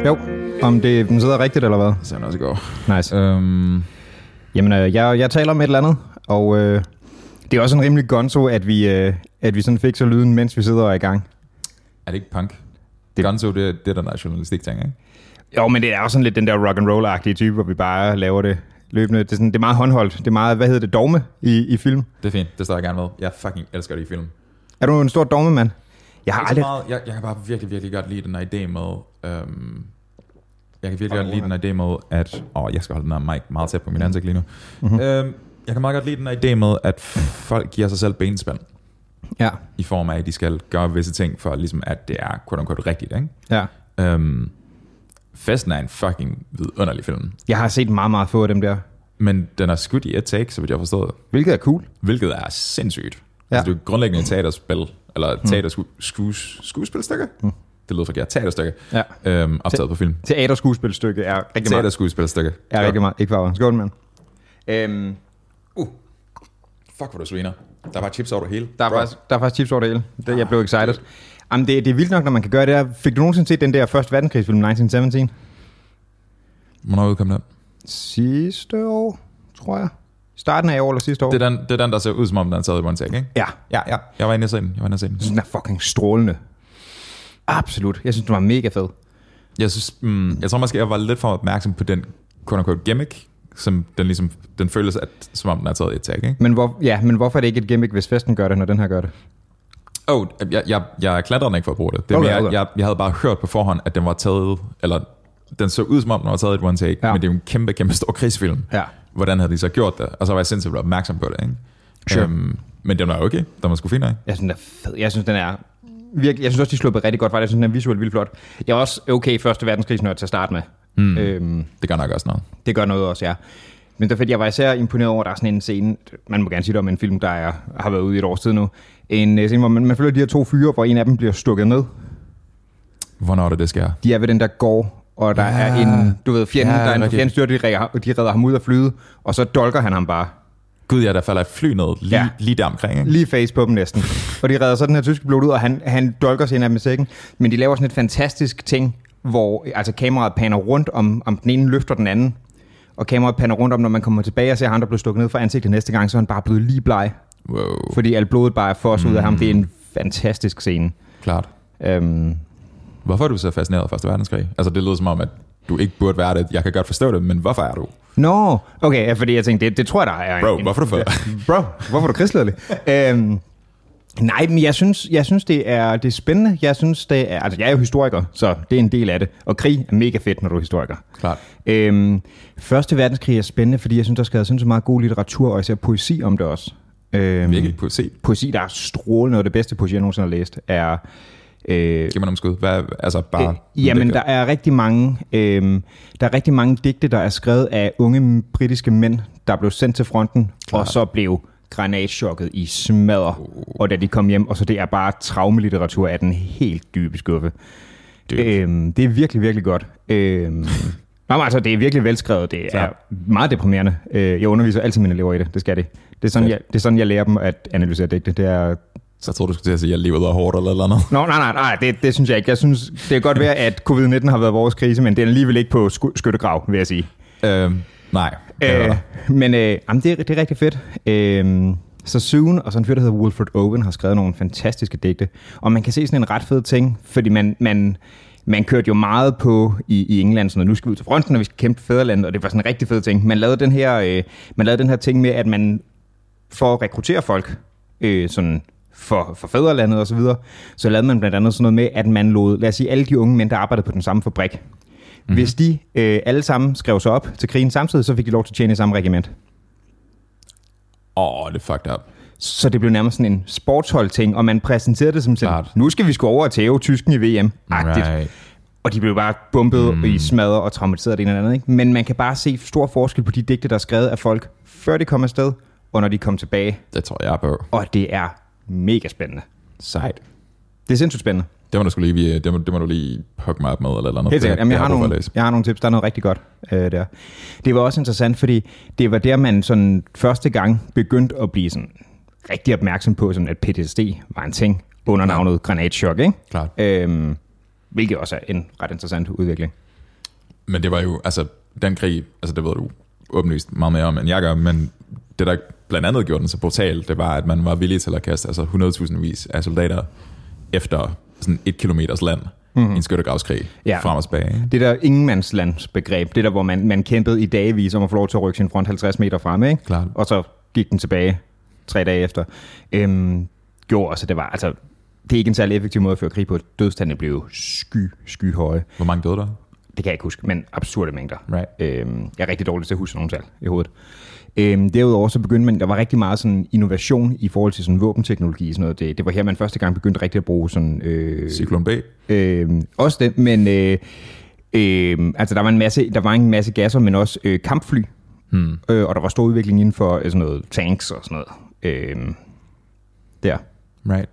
Jo, om den sidder rigtigt, eller hvad? Det sagde han også i går. Nice. Jamen, jeg taler om et eller andet, og det er også en rimelig gonzo, at vi sådan fik så lyden, mens vi sidder og er i gang. Er det ikke punk? Gonzo, det er der nationalistik-ting, ikke? Jo, men det er også sådan lidt den der rock and roll-agtige type, hvor vi bare laver det løbende. Det er meget håndholdt. Det er meget, hvad hedder det, dogme i film. Det er fint, det står jeg gerne med. Jeg fucking elsker det i film. Er du en stor dogme-mand? Jeg kan bare virkelig, virkelig godt lide den idé med... jeg kan virkelig godt lide den idé med, at... jeg skal holde den her mic meget tæt på min ansigt lige nu. Mm-hmm. Jeg kan meget godt lide den idé med, at folk giver sig selv benspænd. Ja. I form af, at de skal gøre visse ting, for ligesom, at det er quote-unquote rigtigt, ikke? Ja. Festen er en fucking vidunderlig film. Jeg har set meget, meget få af dem der. Men den er skudt i et take, så vidt jeg forstået. Hvilket er cool. Hvilket er sindssygt. Ja. Altså, det er grundlæggende et teaterspil, eller teaterskuespilstykke. Det lyder forkert. Teaterstykke. Ja. Optaget på film. Teaterskuespilstykke er rigtig meget. Teaterskuespilstykke. Er rigtig meget. Ikke farver. Skål, mand. Fuck, hvor du sviner. Der var chips over det hele. Der er faktisk chips over det hele. Jeg blev excited. Jamen, det er vildt nok, når man kan gøre det her. Fik du nogensinde set den der første verdenskrigsfilm 1917? Hvornår udkom den? Sidste år, tror jeg. Starten af år eller sidste år. Det er den, der ser ud som om, den er taget i one take, ikke? Ja. Jeg var inde og se den. Den er fucking strålende. Absolut. Jeg synes, den var mega fed. Jeg tror måske, jeg var lidt for opmærksom på den quote-unquote gimmick, som den føles, som om den er taget i et tag, ikke? Men hvorfor er det ikke et gimmick, hvis festen gør det, når den her gør det? Jeg klandrer den ikke for at bruge det. Jeg havde bare hørt på forhånd, at den var taget, eller den så ud som om, den var taget i et one take, men det er jo en kæmpe, kæmpe stor krigsfilm. Ja. Hvordan havde de så gjort det? Og så var jeg sindssygt opmærksom på det, ikke? Sure. Men den var okay. Den var sgu fin, ikke? Jeg synes, den er fed. Jeg synes, den er virkelig. Jeg synes også, de sluppede rigtig godt, for jeg synes, den er visuelt vildt flot. Jeg er også okay første verdenskrigsnørd til at starte med. Det gør nok også noget. Det gør noget også, ja. Men det er fedt, jeg var især imponeret over, at der er sådan en scene, man må gerne sige det om en film, der har været ude i et års tid nu. En scene, hvor man følger de her to fyre, hvor en af dem bliver stukket ned. Hvornår det sker? De er ved den der gård, og der er en, du ved, fjenden, der er en fjendstyr, de redder ham ud af flyet, og så dolker han ham bare. Gud, der falder et fly ned lige der omkring, ikke? Lige face på dem næsten. Og de redder så den her tyske pilot ud, og han dolker sig ind af dem i sækken. Men de laver sådan et fantastisk ting, hvor altså kameraet paner rundt om den ene løfter den anden. Og kameraet paner rundt om, når man kommer tilbage og ser ham, der blev stukket ned fra ansigtet næste gang, så er han bare blevet lige bleg. Wow. Fordi alt blodet bare er fosset ud af ham. Det er en fantastisk scene. Klart. Hvorfor er du så fascineret af Første Verdenskrig? Altså, det lyder som om, at du ikke burde være det. Jeg kan godt forstå det, men hvorfor er du? Okay, fordi jeg tænkte, det tror jeg, der er hvorfor er du hvorfor er du krigsledelig? Nej, men jeg synes det er spændende. Jeg synes, det er... Altså, jeg er jo historiker, så det er en del af det. Og krig er mega fedt, når du er historiker. Klart. Første verdenskrig er spændende, fordi jeg synes, der skal være så meget god litteratur, og især poesi om det også. Virkelig poesi? Poesi, der er strålende, og det bedste poesi, jeg nogensinde har læst, er... Giv mig nogle skud. Jamen, der er rigtig mange digte, der er skrevet af unge britiske mænd, der blev sendt til fronten, og så blev granatchokket i smadder, og da de kom hjem, og så det er bare traumelitteratur af den helt dybe skuffe. Det er virkelig, virkelig godt. Altså, det er virkelig velskrevet. Det er meget deprimerende. Jeg underviser altid mine elever i det. Det skal det. Det er sådan, jeg lærer dem at analysere digte. Det er... Så jeg tror, du skulle til at sige, at jeg lever hårdt eller noget. Nej, det synes jeg ikke. Jeg synes, det kan godt være, at covid-19 har været vores krise, men det er alligevel ikke på skyttegrav, vil jeg sige. Nej. Men det er rigtig fedt. Så Soon og sådan en fyr, der hedder Wilfred Owen, har skrevet nogle fantastiske digte. Og man kan se sådan en ret fed ting, fordi man kørte jo meget på i England, sådan, nu skal vi ud til fronten, og vi skal kæmpe for fædrelandet, og det var sådan en rigtig fed ting. Man lavede den her ting med, at man for at rekruttere folk sådan for fædrelandet og så videre, så lavede man blandt andet sådan noget med, at man lod, lad os sige, alle de unge mænd, der arbejdede på den samme fabrik. Mm-hmm. Hvis de alle sammen skrev sig op til krigen samtidig, så fik de lov til at tjene i samme regiment. Det er fucked up. Så det blev nærmest sådan en sportshold-ting, og man præsenterede det som sådan, nu skal vi sgu over og tæve tysken i VM-agtigt. Right. Og de blev bare bumpet i smadret og traumatiseret det ene eller andet. Ikke? Men man kan bare se stor forskel på de digte, der er skrevet af folk, før de kom afsted, og når de kom tilbage. Det tror jeg på. Og det er mega spændende. Sejt. Det er sindssygt spændende. Det må du lige hugge mig op med, eller noget. Helt sikkert. Jamen, jeg har nogle tips. Der er noget rigtig godt der. Det var også interessant, fordi det var der, man sådan første gang begyndte at blive sådan rigtig opmærksom på, sådan at PTSD var en ting under navnet granatchok, ikke? Klart. Hvilket også er en ret interessant udvikling. Men det var jo, altså den krig, altså det ved du åbenlyst meget mere om, end jeg gør, men det der blandt andet gjorde den så brutal, det var, at man var villig til at kaste altså 100.000 vis af soldater efter sådan 1 kilometers land i en skyttegravskrig frem og tilbage. Det der ingenmandslandsbegreb, det der, hvor man kæmpede i dagevis om at få lov til at rykke sin front 50 meter frem, ikke? Klart. Og så gik den tilbage 3 dage efter. Gjorde også, det var, altså, det er ikke en særlig effektiv måde at føre krig på. Dødstandene blev skyhøje. Hvor mange døde der? Det kan jeg ikke huske, men absurde mængder. Right. Jeg er rigtig dårlig til at huske nogle tal i hovedet. Derudover så begyndte man, der var rigtig meget sådan innovation i forhold til sådan våbenteknologi og sådan noget. Det var her, man første gang begyndte rigtig at bruge sådan... Cyklon B? Også det, men altså der var en masse gasser, men også kampfly. Og der var stor udvikling inden for sådan noget tanks og sådan noget. Der. Right.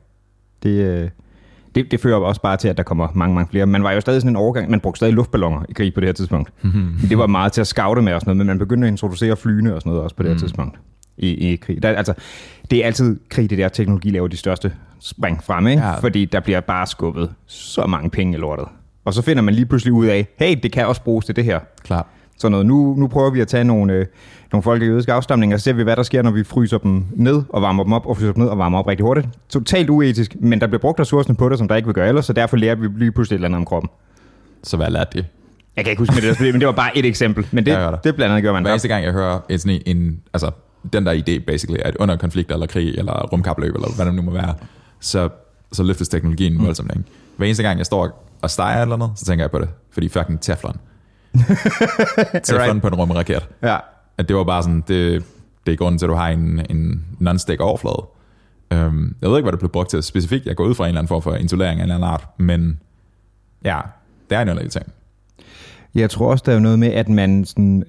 Det fører også bare til, at der kommer mange flere. Man var jo stadig sådan en overgang, man brugte stadig luftballoner i krig på det her tidspunkt. Det var meget til at scoute med og sådan noget, men man begyndte at introducere flyene og sådan noget også på det her tidspunkt i krig. Altså, det er altid krig, det der teknologi laver de største spring frem, ikke? Ja. Fordi der bliver bare skubbet så mange penge i lortet. Og så finder man lige pludselig ud af, hey, det kan også bruges til det her. Klar. Så nu prøver vi at tage nogle folk i jødiske afstamninger, og så ser vi, hvad der sker, når vi fryser dem ned og varmer dem op, og fryser dem ned og varmer op rigtig hurtigt. Totalt uetisk, men der bliver brugt ressourcerne på det, som der ikke vil gøre ellers, så derfor lærer vi lige pludselig et eller andet om kroppen. Så hvad lærte de? Jeg kan ikke huske med det, men det var bare et eksempel. Men det blandt andet gør man. Hver eneste gang, jeg hører altså, den der idé, basically, at under konflikter eller krig, eller rumkapløb, eller hvad det nu må være, så løftes teknologien voldsomt. Ikke? Hver eneste gang, jeg står og steger et eller andet, så tænker jeg på det. Fordi fucking Teflon. Teflon på en rumraket. Ja. At det var bare sådan, det er grunden til, at du har en non-stick overflade. Jeg ved ikke, hvad det blev brugt til specifikt. Jeg går ud fra en eller anden form for insulering af en eller anden art, men ja, det er en eller anden ting. Jeg tror også, der er noget med, at man sådan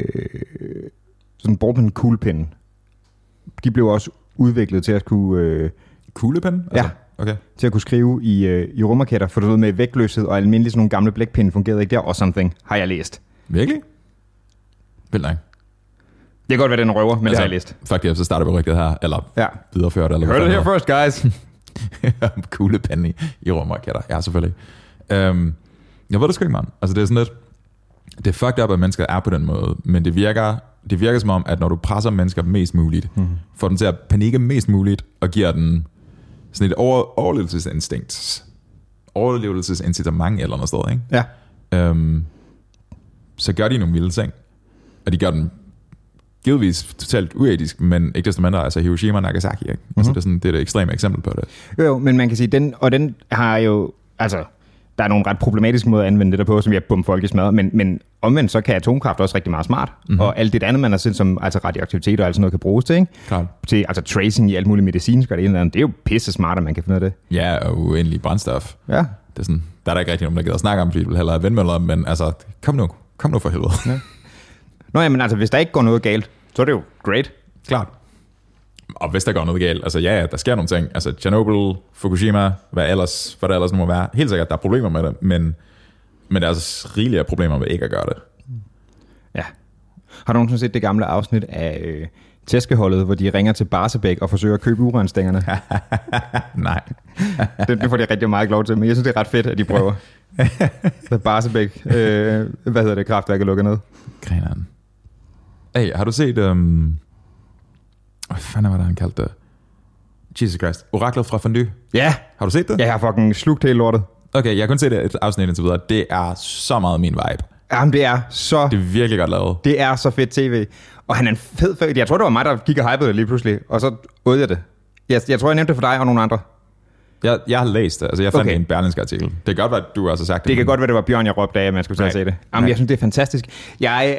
brugte en kuglepen. De blev også udviklet til at kunne... Kuglepen? Altså, ja. Okay. Til at kunne skrive i rumraketter, for noget med vægtløshed og almindeligt sådan nogle gamle blækpinde fungerede ikke der, og something har jeg læst. Virkelig? Vildt nok. Det kan godt være, den røver, men det har jeg læst. Faktisk, så starter vi rygtet her, eller videreført. Eller hørte det her first, guys. Kuglepenne i rumraketter. Ja, selvfølgelig. Jeg ved det sgu ikke, mand. Altså, det er sådan lidt... Det er fucked up, at mennesker er på den måde, men det virker som om, at når du presser mennesker mest muligt, får dem til at panikke mest muligt, og giver den sådan et overlevelsesincitament eller noget sted, ikke? Ja. Så gør de nogle vilde ting, og de gør den givetvis totalt uetisk, men ikke desto mindre, altså Hiroshima og Nagasaki, ikke? Altså, det er et ekstremt eksempel på det. Jo, men man kan sige, den har jo, altså, der er nogle ret problematiske måder at anvende det der på, som vi har bombe folk i smadret, men omvendt så kan atomkraft også rigtig meget smart, og alt det andet, man har set som altså radioaktivitet og alt sådan noget, kan bruges til, ikke? Klart. Til altså tracing i alt muligt medicin, det er jo pisse smart, at man kan finde ud af det. Ja, og uendelig brændstof. Ja. Det er sådan, der er der ikke rigtig nogen, der gider at snakke om, fordi vi vil hellere have vindmøller, men altså, kom nu for helvede. Ja. Nå ja, men altså, hvis der ikke går noget galt, så er det jo great. Klart. Og hvis der går noget galt, altså ja, der sker nogle ting. Altså Chernobyl, Fukushima, hvad der ellers nu må være. Helt sikkert, der er problemer med det, men der er altså rigelige problemer med ikke at gøre det. Ja. Har du nogensinde set det gamle afsnit af tæskeholdet, hvor de ringer til Barsebäck og forsøger at købe uranstængerne? Nej. det får de rigtig meget lov til, men jeg synes, det er ret fedt, at de prøver. Barsebäck, hvad hedder det, kraftværket lukker ned. Grineren. Hey, har du set... Hvad fanden var det, han kaldte det? Jesus Christ. Oraklet fra Fondue. Ja. Har du set det? Ja, jeg har fucking slugt hele lortet. Okay, jeg har kun set det et afsnit indtil videre. Det er så meget min vibe. Jamen, det er så... Det er virkelig godt lavet. Det er så fedt tv. Og han er en fed... Jeg tror, det var mig, der gik og hypede det lige pludselig. Og så åd jeg det. Jeg tror, jeg nævnte det for dig og nogle andre. Jeg har læst det. Altså, jeg fandt en Berlingske artikel. Det kan godt være, at du har så sagt det. Det kan godt være, det var Bjørn, jeg råbte af, at man skulle tage se det. Jamen, jeg synes, det er fantastisk. Jeg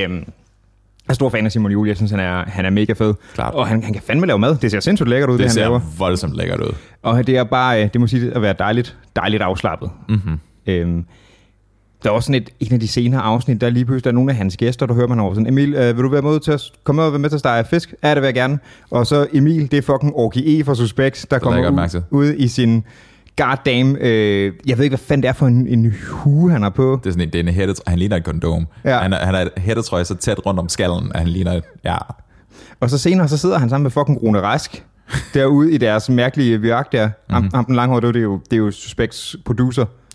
er stor fan af Simon Juhl. Jeg synes, han er mega fed. Klart. Og han kan fandme lave mad. Det ser sindssygt lækkert ud, det han laver. Det ser voldsomt lækkert ud. Og det er bare, det må sige, at være dejligt afslappet. Der er også sådan en af de senere afsnit, der lige pludselig der er nogle af hans gæster, der hører man over sådan, Emil, vil du være med til at komme og være med til at stege fisk? Ja, det vil jeg gerne. Og så Emil, det er fucking Orki E fra Suspects, der kommer ud i sin goddamn, jeg ved ikke, hvad fanden det er for en hue, han har på. Det er sådan en hættetrøje, han ligner et kondom. Ja. Han har et hættetrøje så tæt rundt om skallen, at han ligner ja. Og så senere, så sidder han sammen med fucking Rune Rask, derude i deres mærkelige virk der. Ham den langhårede, det er jo Suspects producer.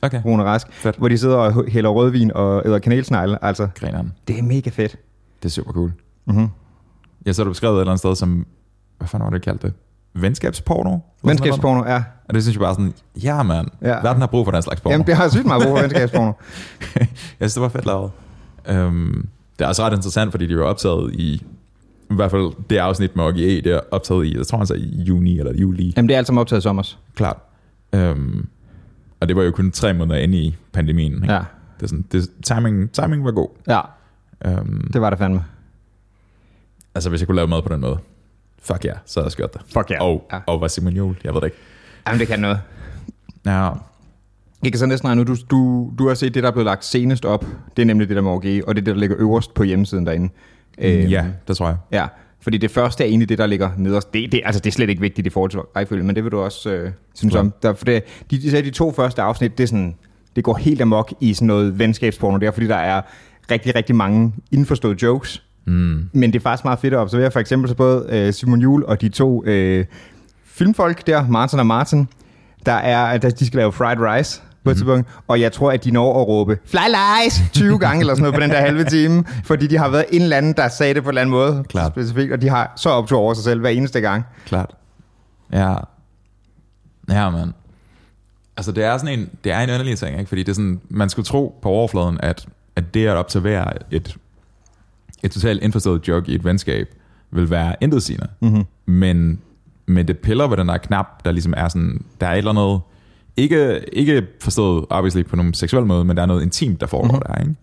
Okay. Rune Rask. Fedt. Hvor de sidder og hælder rødvin og æder kanelsnegle. Altså, grineren. Det er mega fedt. Det er super cool. Mm-hmm. Jeg så har du beskrevet et eller andet sted som, hvad fanden var det kaldt det? Venskabsporno? Venskabsporno, ja. Og det synes jeg bare sådan, ja mand, verden har brug for den slags porno. Jamen det har sygt meget brug for venskabsporno. Jeg synes, det var fedt lavet. Det er også ret interessant, fordi de var optaget i hvert fald det afsnit med OGE, det er optaget i, jeg tror han sagde i juni eller juli. Jamen det er alt sammen optaget i sommer. Klart. Og det var jo kun 3 måneder inde i pandemien. Ikke? Ja. Det er sådan, timing var god. Ja, det var det fandme. Altså hvis jeg kunne lave mad på den måde, fuck ja, så havde jeg skørt det. Fuck ja. Og var Simon Juhl, jeg ved det ikke. Jamen det kan noget. Ja. Jeg kan så næsten regne nu, du har set det, der er blevet lagt senest op. Det er nemlig det der med OGE, og det er det, der ligger øverst på hjemmesiden derinde. Ja, det tror jeg. Ja, fordi det første er egentlig det, der ligger nederst. Det er slet ikke vigtigt i forhold til rækkefølge, men det vil du også synes om. De 2 første afsnit, det er sådan, det går helt amok i sådan noget venskabsporno der, fordi der er rigtig, rigtig mange indforståede jokes. Men det er faktisk meget fedt at observere. For eksempel så både Simon Juhl og de 2 filmfolk der, Martin og Martin, de skal lave fried rice på et tidspunkt, og jeg tror, at de når at råbe fly lies 20 gange eller sådan noget på den der halve time, fordi de har været en eller anden, der sagde det på en eller anden måde. Klart. Specifikt, og de har så optur over sig selv hver eneste gang. Klart. Ja, man. Altså det er sådan en underlig ting, ikke? Fordi det er sådan, man skulle tro på overfladen, at det at observere et totalt indforstået joke i et venskab vil være intetsigende. Mm-hmm. Men det piller ved den der knap, der ligesom er sådan, der er et eller andet, ikke forstået obviously på nogen seksuel måde, men der er noget intimt, der foregår der, ikke?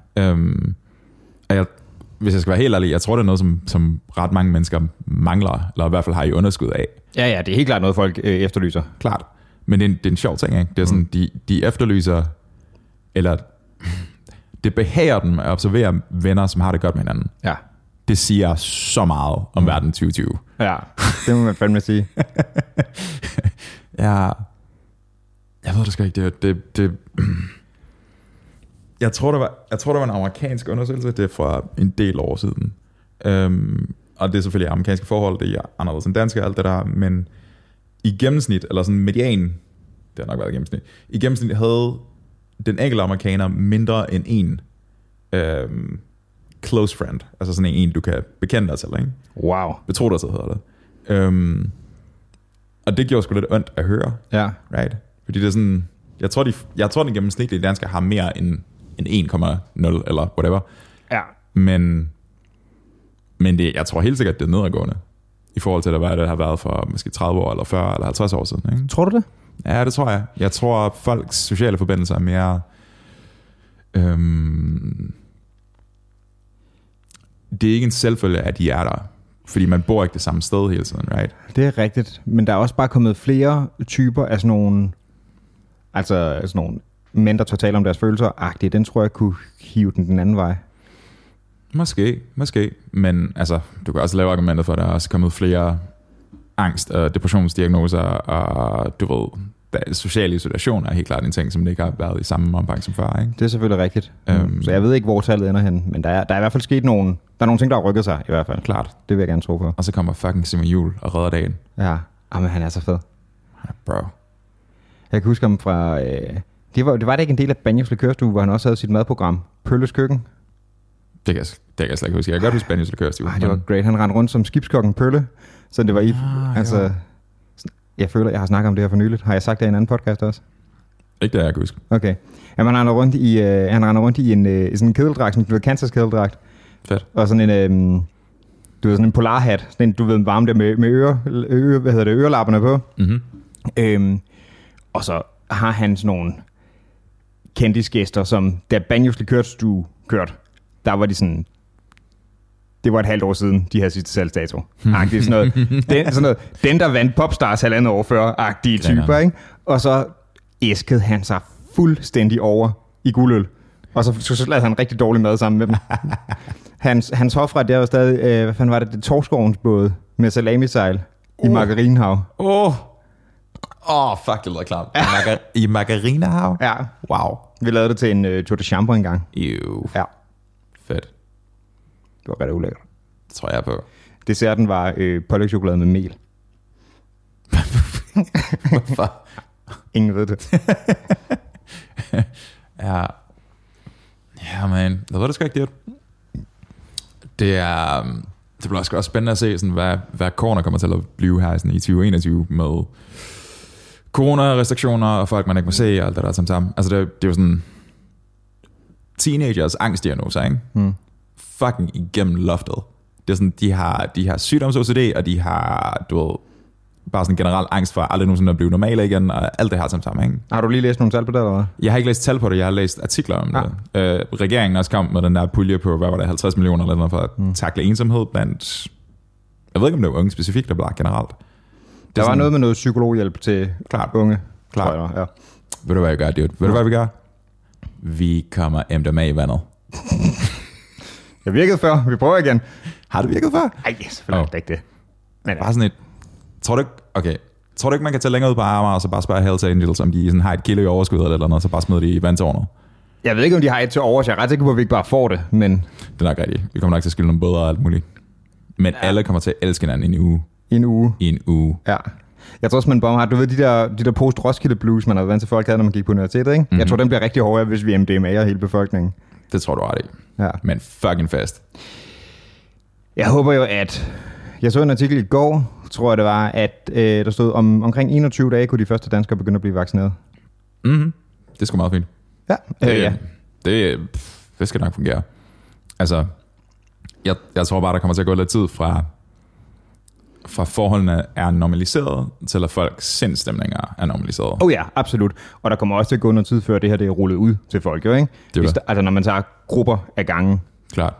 Ja. Hvis jeg skal være helt ærlig, jeg tror, det er noget, som ret mange mennesker mangler, eller i hvert fald har i underskud af. Ja, det er helt klart noget, folk efterlyser. Klart. Men det er en sjov ting, ikke? Det er sådan, de efterlyser, eller det behager dem at observere venner, som har det godt med hinanden. Ja. Det siger så meget om verden 2020. Ja, det må man fandme sige. Ja. Jeg ved det sgu ikke. Jeg tror, der var en amerikansk undersøgelse, det er fra en del år siden. Og det er selvfølgelig amerikanske forhold, det er anderledes end danske og alt det der, men i gennemsnit, eller sådan median, det har nok været i gennemsnit, i gennemsnit havde den enkelte amerikaner mindre end en close friend, altså sådan en du kan bekende dig til, ikke? Wow. Betro dig til, hedder det. Og det gjorde sgu lidt ondt at høre. Ja. Right? Fordi det er sådan, jeg tror den gennemsnitlige dansker har mere end 1,0 eller whatever. Ja. Men jeg tror helt sikkert, det er nedadgående i forhold til, hvad det har været for måske 30 år, eller 40 eller 50 år siden. Ikke? Tror du det? Ja, det tror jeg. Jeg tror, at folks sociale forbindelser er mere... det er ikke en selvfølge, at de er der. Fordi man bor ikke det samme sted hele tiden, right? Det er rigtigt. Men der er også bare kommet flere typer af sådan nogle... Altså sådan nogle mænd, der tør tale om deres følelser-agtige. Den tror jeg kunne hive den anden vej. Måske. Men altså, du kan også lave argumenter for, at der er også kommet flere angst- og depressionsdiagnoser, og du ved, social isolation er helt klart en ting, som det ikke har været i samme omfang som før, ikke? Det er selvfølgelig rigtigt. Så jeg ved ikke, hvor tallet ender hen, men der er i hvert fald sket der er nogle ting, der har rykket sig i hvert fald. Klart. Det vil jeg gerne tro på. Og så kommer fucking Simon Juhl og redder dagen. Ja, men han er så fed. Ja, bro. Jeg kan huske ham fra... Det var det ikke en del af Banjos Likørstue, hvor han også havde sit madprogram, Pølles Køkken? Det kan jeg slet ikke huske. Jeg kan godt huske Banjos Likørstue. Det var great. Han rendte rundt som skibskokken Pølle, så det var i... Altså, jeg føler, jeg har snakket om det her for nyligt. Har jeg sagt det i en anden podcast også? Ikke det, jeg kan huske. Okay. Jamen, han render rundt i en sådan en kedeldragt, sådan en Kansas kedeldragt. Fedt. Og sådan en... du ved, sådan en polarhat. Sådan en, du ved, en varme der med ørelapperne på. Mm-hmm. Og så har han sådan nogle kendisgæster, som da Banjos Likørstue kørte, der var de sådan... Det var et halvt år siden, de havde sidste salgsdato. Sådan noget. Den, der vandt Popstars 1,5 år før-agtige typer, ikke? Og så æskede han sig fuldstændig over i guldøl. Og så lavede han rigtig dårlig mad sammen med dem. Hans hofret, der var stadig, hvad fanden var det Torskovens båd med salamisejl i Margarinehav. Fuck, det lyder klart. I Margarinehav? Ja. Wow. Vi lavede det til en tour de chambre engang. Ja. Fedt. Det var ret ulækkert. Det tror jeg på. Desserten var pålægtschokolade med mel. Hvorfor? Ingen ved det. tror det skal ikke det bliver også spændende at se, sådan, hvad corona kommer til at blive her sådan, i 2021 med corona-restriktioner og folk, man ikke må se og alt det der sammen. Altså det er jo sådan teenagers angstdiagnoser, ikke? Fucking igennem loftet. Det er sådan, de har sygdoms-OCD, og de har, du ved, bare sådan generelt angst for aldrig nogensinde at blive normale igen, og alt det her sammen, ikke? Har du lige læst nogle tal på det, eller hvad? Jeg har ikke læst tal på det, jeg har læst artikler om det. Regeringen også kom med den der pulje på, hvad var det, 50 millioner eller noget for at takle ensomhed blandt, jeg ved ikke, om det var unge specifikt, eller bare generelt. Der var sådan, noget med noget psykologhjælp til unge. Klart. Ja. Ved du, hvad jeg gør, dude? Ved du, hvad vi gør? Vi kommer MDMA i vandet. Det virkede før. Vi prøver igen. Har det virket før? Nej, selvfølgelig ikke det. Men bare sådan et... Tror du ikke, man kan tage længere ud på Amager, og så bare spørge Hells Angels, om de sådan har et kilo i overskud eller noget, så bare smider det i vandtårnet? Jeg ved ikke, om de har et til overs. Jeg er ret sikker på, at vi ikke bare får det, men... Det er nok rigtigt. Vi kommer nok til at skille nogle bøder og alt muligt. Men alle kommer til at elske hinanden i en uge. Ja. Jeg tror også, man bare har... Du ved, de der post-Roskilde blues, man har været vant til folk havde, når man gik på universitetet, ikke? Jeg tror, den bliver rigtig hårdere, hvis vi MDMA'er hele befolkningen. Det tror du ret i. Ja. Men fucking fast. Jeg håber jo, at... Jeg så en artikel i går, tror jeg det var, at der stod omkring 21 dage, kunne de første danskere begynde at blive vaccineret. Mhm. Det er sgu meget fint. Ja. Det skal nok fungere. Altså, jeg tror bare, der kommer til at gå lidt tid fra forholdene er normaliseret, til at folks sindstemninger er normaliseret. Ja, absolut. Og der kommer også til at gå noget tid, før det her det er rullet ud til folk, jo, ikke? Altså, når man tager grupper af gangen. Klart.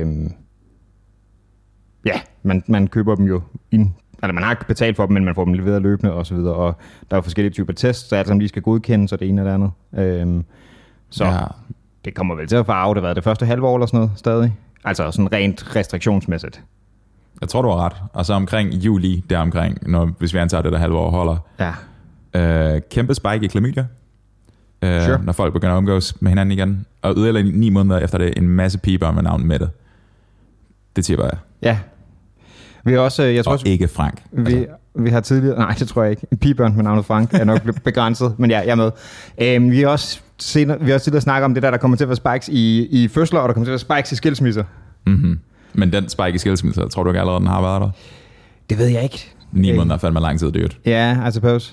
Ja, man køber dem jo ind. Altså, man har ikke betalt for dem, men man får dem leveret løbende og så videre. Og der er forskellige typer tests, så alt som lige skal godkendes, og det ene eller andet. Det kommer vel til at farve det første halve år eller sådan noget stadig. Altså sådan rent restriktionsmæssigt. Jeg tror, du har ret. Og så omkring juli, hvis vi antager det der halve år holder. Ja. Kæmpe spike i klamydia. Sure. Når folk begynder at omgås med hinanden igen. Og yderligere 9 måneder efter det, en masse piber med navn Mette. Det tipper jeg. Ja. Vi har også, jeg tror også, ikke Frank. Vi har tidligere... Nej, det tror jeg ikke. Pigebørn med navnet Frank er nok begrænset, men ja, jeg er med. Vi har også tidligere snakket om det der kommer til at være spikes i fødsler, og der kommer til at være spikes i skilsmisser. Mm-hmm. Men den spike i skilsmisser, tror du ikke allerede, den har været der? Det ved jeg ikke. 9 måneder er fandme lang tid, dude. Ja, I suppose.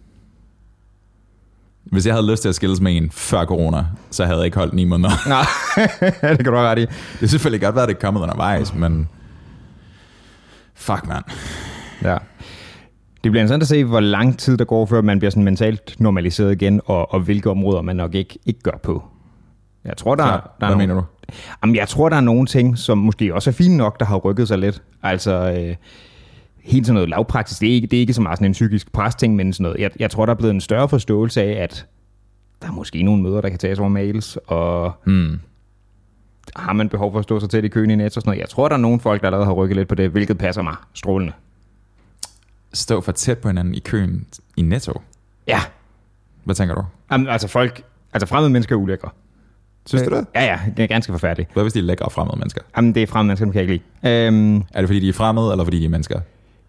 Hvis jeg havde lyst til at skilles med en før corona, så havde jeg ikke holdt 9 måneder. Nej, det kan du have ret i. Det er selvfølgelig godt være, at det er kommet undervejs, men... Fuck, man. Ja. Det bliver interessant at se, hvor lang tid der går, før man bliver sådan mentalt normaliseret igen, og hvilke områder man nok ikke gør på. Jeg tror, der er hvad mener du? Jamen, jeg tror, der er nogle ting, som måske også er fine nok, der har rykket sig lidt. Altså, helt sådan noget lavpraksis. Det er ikke så meget sådan en psykisk pres-ting, men sådan noget. Jeg tror, der er blevet en større forståelse af, at der er måske nogle møder, der kan tages over mails, og har man behov for at stå så tæt i køen i Netto og sådan noget. Jeg tror, der er nogle folk, der allerede har rykket lidt på det, hvilket passer mig strålende. Stå for tæt på hinanden i køen i Netto? Ja. Hvad tænker du? Altså fremmede mennesker er ulækre. Synes du det? Ja, det er ganske forfærdeligt. Hvad hvis de er lækre fremmede mennesker? Jamen, det er fremmede mennesker, dem kan jeg ikke lide. Er det fordi, de er fremmede, eller fordi de er mennesker?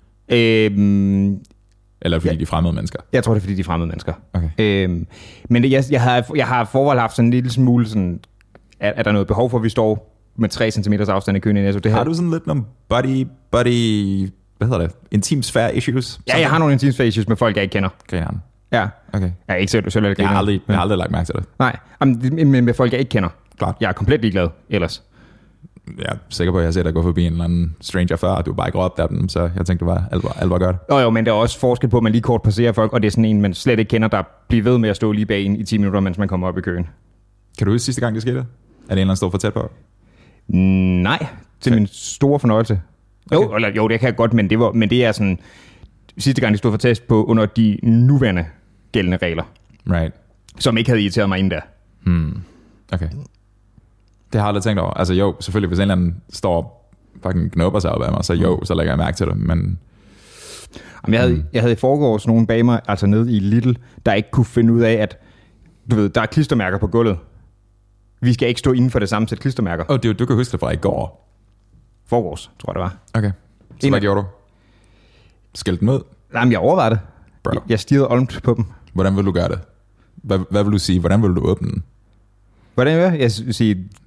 Eller fordi de er fremmede mennesker? Jeg tror, det er fordi, de er fremmede mennesker. Okay. Men jeg har forvejen haft sådan en lille smule sådan... Er der noget behov for, at vi står med 3 cm afstand i køen i Netto? Det har du sådan lidt nogle body... Hvad hedder det? Intimsfære issues? Ja, jeg har nogle intimsfære issues med folk, jeg ikke kender. Grineren. Ja. Okay. Jeg er ikke selv jeg har aldrig lagt mærke til det. Nej, men med folk, jeg ikke kender. Klart. Jeg er komplet ligeglad ellers. Jeg er sikker på, at jeg har set dig gå forbi en eller anden stranger før, og du bare ikke råbte af dem, så jeg tænkte, det var alvor godt. Jo, men der er også forskel på, at man lige kort passerer folk, og det er sådan en, man slet ikke kender, der bliver ved med at stå lige bag en i 10 minutter, mens man kommer op i køen. Kan du huske sidste gang, det skete? Er det en eller anden stå for tæt på? Nej, til min store fornøjelse. Okay. Jo, det kan jeg godt, men det er sådan sidste gang, de stod for test på under de nuværende gældende regler. Right. Som ikke havde irriteret mig inden der. Okay. Det har jeg aldrig tænkt over. Altså jo, selvfølgelig, hvis en eller anden står og fucking knupper sig op af mig, så lægger jeg mærke til det, men... Jamen, jeg havde i forgårs nogen bag mig, altså nede i Lidl, der ikke kunne finde ud af, at du ved, der er klistermærker på gulvet. Vi skal ikke stå inden for det samme sæt klistermærker. Du kan huske det fra i går. Forgårs, tror jeg det var. Okay. Så hvad gjorde du? Skældte den ud? Jamen, jeg overvejede det. Bro. Jeg stirrede olmt på dem. Hvordan vil du gøre det? Hvad vil du sige? Hvordan vil du åbne den? Hvordan vil jeg sige?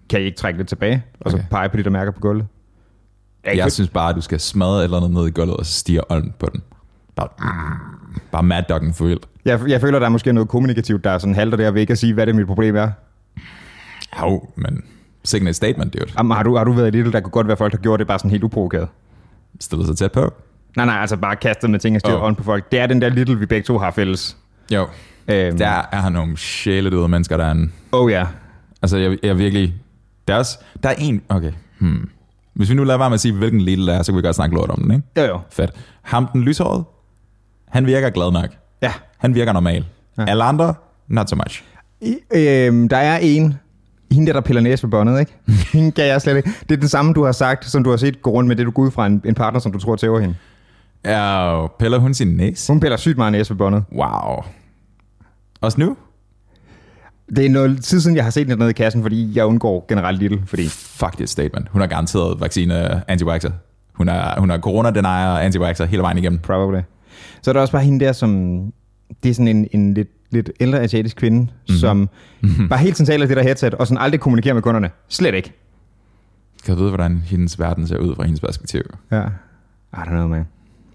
kan I ikke trække det tilbage, og så pege på de der mærker på gulvet? Jeg synes bare, at du skal smadre et eller andet ned i gulvet, og så stiger olden på den. Bare Mad Dog'en for vildt. Jeg føler, der er måske noget kommunikativt, der er sådan halter der ved ikke at sige, hvad det mit problem er. Jo, men sikkert et statement, dude. Jamen, har du været i Lidl, der kunne godt være folk, der gjorde det bare sådan helt uprovokeret? Stillet sig tæt på? Nej, altså bare kastet med ting og styrt ånd på folk. Det er den der Lidl, vi begge to har fælles. Jo, der er nogle sjæledøde mennesker, der er en... Ja. Altså, jeg virkelig... Der er en... Okay. Hvis vi nu lader være med at sige, hvilken Lidl er, så kan vi godt snakke lort om den, ikke? Jo. Fedt. Ham, den lyshårede, han virker glad nok. Ja. Han virker normal. Ja. Alle andre, not so much. Der er en... Hende der piller næse på båndet, ikke? Hende gav jeg slet ikke. Det er den samme, du har sagt, som du har set gå rundt med det, du går ud fra en partner, som du tror tæver hende. Ja, piller hun sin næse? Hun piller sygt meget næse på båndet. Wow. Også nu? Det er noget tid siden, jeg har set den nede i kassen, fordi jeg undgår generelt Lidl. Fordi... Fuck det statement. Hun har garanteret vaccine anti-vaxxer. Hun er corona-denier og anti-vaxxer hele vejen igennem. Probably. Så er der også bare hende der, som... Det er sådan en lidt ældre asiatisk kvinde, som bare helt centralt af det der headset, og sådan aldrig kommunikerer med kunderne. Slet ikke. Kan du vide, hvordan hendes verden ser ud fra hendes perspektiv? Ja. I don't know, man.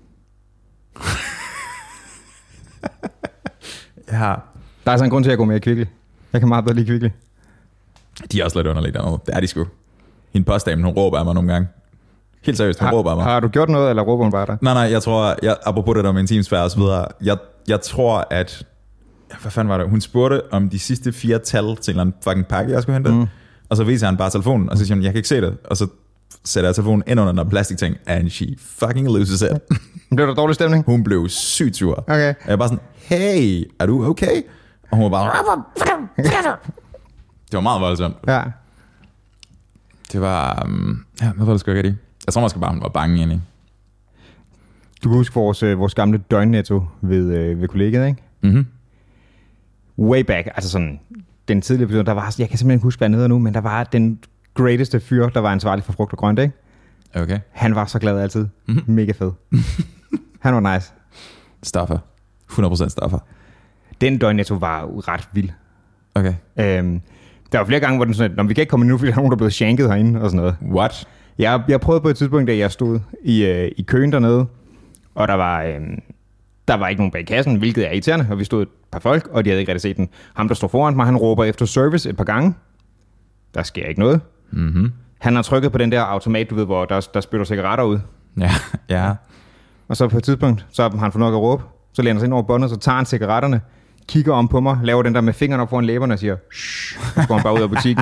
Ja. Der er sådan en grund til, at jeg går mere Kvickly. Jeg kan meget bedre lide Kvickly. De er også lidt underligt dernede. Det er de sgu. Hende postdamen, hun råber af mig nogle gange. Helt seriøst, hun råber af mig. Har du gjort noget, eller råber hun bare dig? Nej, jeg tror, apropos det der med intimsfære og så videre, jeg tror, at... Hvad fanden var det? Hun spurgte om de sidste 4 tal til en eller anden fucking pakke, jeg skulle hente. Og så viser han bare telefonen, og så siger hun, jeg kan ikke se det. Og så sætter jeg telefonen ind under den plastikting, and she fucking loses it. Blev der dårlig stemning? Hun blev sygt sur. Okay. Og jeg bare sådan, hey, er du okay? Og hun var bare... Det var meget voldsomt. Ja. Det var... hvad var det sgu ikke? Jeg tror måske bare, hun var bange egentlig. Du kan huske vores gamle døgnnetto ved kollegiet, ikke? Mhm. Way back, altså sådan, den tidlige episode, der var, jeg kan simpelthen ikke huske, hvad han hedder nu, men der var den greateste fyr, der var ansvarlig for frugt og grønt, ikke? Okay. Han var så glad altid. Mega fed. Han var nice. Stoffer. 100% stoffer. Den døgnnetto var ret vild. Okay. Der var flere gange, hvor den sådan, vi kan ikke komme nu, fordi der er nogen, der er blevet shanket herinde og sådan noget. What? Jeg prøvede på et tidspunkt, da jeg stod i køen dernede, og der var ikke nogen bag kassen, hvilket er irriterende, og vi stod et par folk, og de havde ikke rigtig set den. Ham, der står foran mig, han råber efter service et par gange. Der sker ikke noget. Mm-hmm. Han har trykket på den der automat, du ved, hvor der spytter cigaretter ud. Ja. Og så på et tidspunkt, så har han fået nok at råbe, så læner han sig ind over båndet, så tager han cigaretterne, kigger om på mig, laver den der med fingrene op foran læberne og siger, shh, og så går han bare ud af butikken.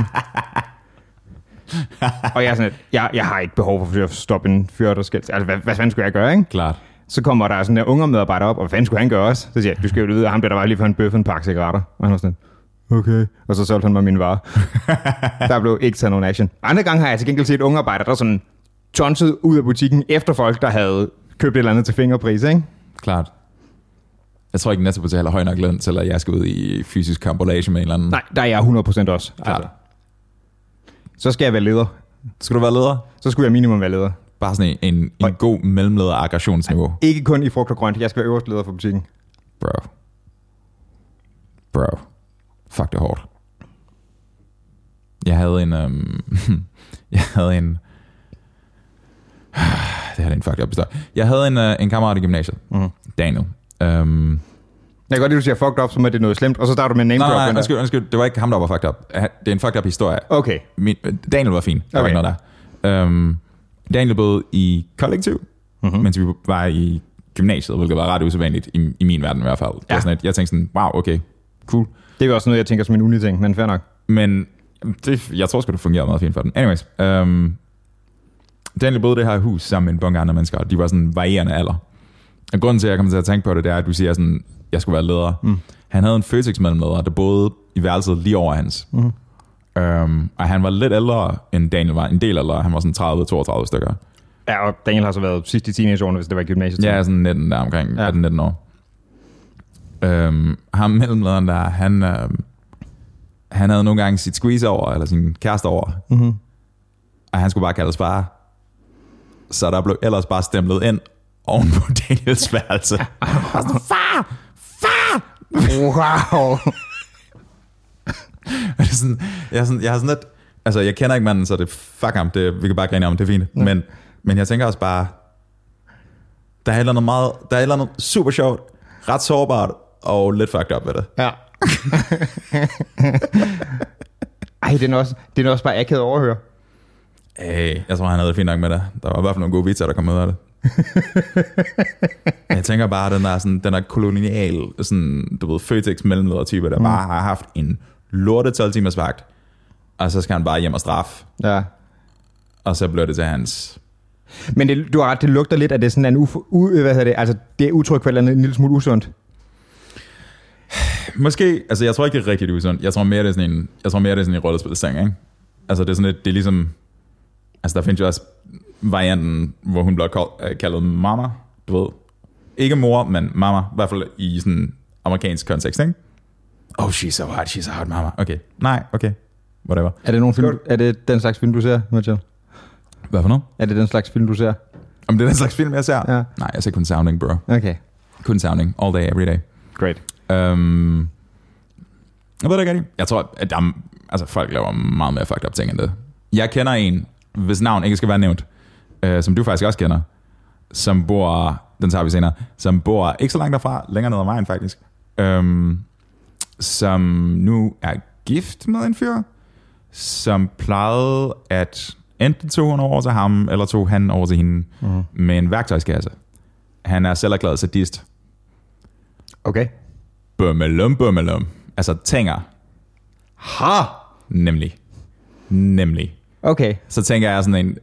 Og jeg er sådan, at jeg har ikke behov for at stoppe en fyr, der skal... Altså, hvad fanden skulle jeg gøre, ikke? Klart. Så kommer der sådan en unge medarbejder op, og hvad fanden skulle han gøre også? Så siger jeg, du skal jo vide, at ham der var lige for en bøf en pakke cigaretter. Og han var sådan, okay. Og så solgte han mig mine varer. Der blev ikke taget nogen action. Andre gange har jeg til gengæld set unge arbejder, der sådan tonset ud af butikken, efter folk, der havde købt et eller andet til fingerpris, ikke? Klart. Jeg tror ikke, næste betaler høj nok løn, til at jeg skal ud i fysisk kampolage med en eller anden. Nej, der er jeg 100% også. Klart. Altså. Så skal jeg være leder. Skal du være leder? Så skulle jeg minimum være leder. Bare sådan en god mellemleder aggressionsniveau. Ikke kun i frugt og grønt. Jeg skal være øverst leder for butikken. Bro. Fuck, det er hårdt. Jeg havde en... det her er en fucked up historie. Jeg havde en kammerat i gymnasiet. Daniel. Jeg kan godt lide, du siger fucked up, som at det er noget slemt, og så starter du med name drop. Nej, undskyld. Det var ikke ham, der var fucked up. Det er en fucked up historie. Okay. Daniel var fin. Der var ikke noget der. Daniel boede i kollektiv, mens vi var i gymnasiet, hvilket var ret usædvanligt i min verden i hvert fald. Ja. Sådan, jeg tænkte sådan, wow, okay, cool. Det er jo også noget, jeg tænker som en uni-ting, men fair nok. Men jeg tror sgu, det fungerede meget fint for den. Anyways, Daniel boede i det her hus sammen med en bunke andre mennesker, og de var sådan varierende alder. Og grunden til, at jeg kommer til at tænke på det, det er, at du siger sådan, jeg skulle være leder. Han havde en Føtex-mellemleder, der boede i værelset lige over hans. Og han var lidt ældre, end Daniel var. En del ældre. Han var sådan 30-32 stykker. Ja, og Daniel har så været sidst i teenageårene, hvis det var i gymnasiet. Ja, sådan 19 der omkring. 18-19 år. Ham mellemlederen der, han havde nogle gange sit squeeze over, eller sin kæreste over. Og han skulle bare kaldes far. Så der blev ellers bare stemplet ind oven på Daniels værelse. Far! Wow! Jeg har sådan lidt... Altså, jeg kender ikke manden, så det fuck ham. Vi kan bare grine om, det er fint. Ja. Men jeg tænker også bare, der er et eller andet super sjovt, ret sårbart og lidt fucked up ved det. Ja. Ej, det er også bare akavet overhøre. Jeg tror, han havde det fint nok med det. Der var i hvert fald nogle gode vitser, der kom ud af det. Jeg tænker bare, den er kolonial, sådan, du ved, Føtex mellemledertype, der bare har haft en lortet 12 timers vagt, og så skal han bare hjem og straffe. Ja. Og så bliver det til hans... Men du har ret, det lugter lidt af det sådan en altså det er udtryk for en lille smule usundt. Måske, altså jeg tror ikke, det er rigtig usundt. Jeg tror mere, det er sådan en rollespilsting, ikke? Altså det er sådan det er ligesom... Altså der findes jo også varianten, hvor hun bliver kaldet mama, du ved. Ikke mor, men mama, i hvert fald i sådan amerikansk kontekst, ikke? Oh, she's so hot, mama. Okay. Nej, okay. Whatever. Er det den slags film, du ser, Mitchell? Hvad for noget? Er det den slags film, du ser? Om det er den slags film, jeg ser? Ja. Nej, jeg ser kun Sounding, bro. Okay. Kun Sounding. All day, every day. Great. Jeg ved det ikke rigtig. Jeg tror, at folk laver meget mere fucked up ting end det. Jeg kender en, hvis navn ikke skal være nævnt, som du faktisk også kender, som bor, den tager vi senere, som bor ikke så langt derfra, længere ned ad vejen faktisk, som nu er gift med en fyr, som plejede at enten tog hun over til ham, eller tog han over til hende med en værktøjskasse. Han er selverklæret sadist. Okay. Bummelum. Altså tænker. Ha! Nemlig. Okay. Så tænker jeg sådan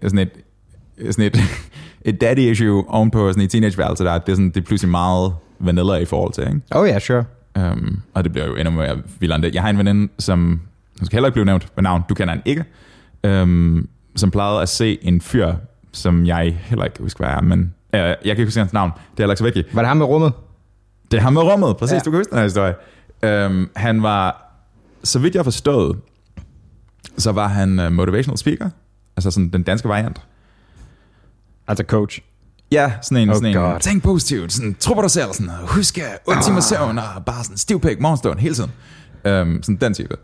et daddy issue ovenpå sådan et teenageværelse der, det er pludselig meget vanilla i forhold til, ikke? Oh yeah, sure. Og det bliver jo endnu mere vildere end det. Jeg har en veninde, som hun skal heller ikke blive nævnt med navn, du kender han ikke, som plejede at se en fyr, som jeg heller ikke husker, hvad er, men jeg kan ikke huske hans navn. Det er heller ikke så vigtigt. Var det ham med rummet? Det er ham med rummet, præcis. Ja. Du kan huske den her historie. Han var, så vidt jeg forstod, så var han motivational speaker, altså sådan den danske variant. Altså coach? Ja, sådan en tænk positivt, sådan, tro på dig selv, sådan, husk 8 timer søvn, og bare sådan stivpæk morgenstund hele tiden. Sådan den type.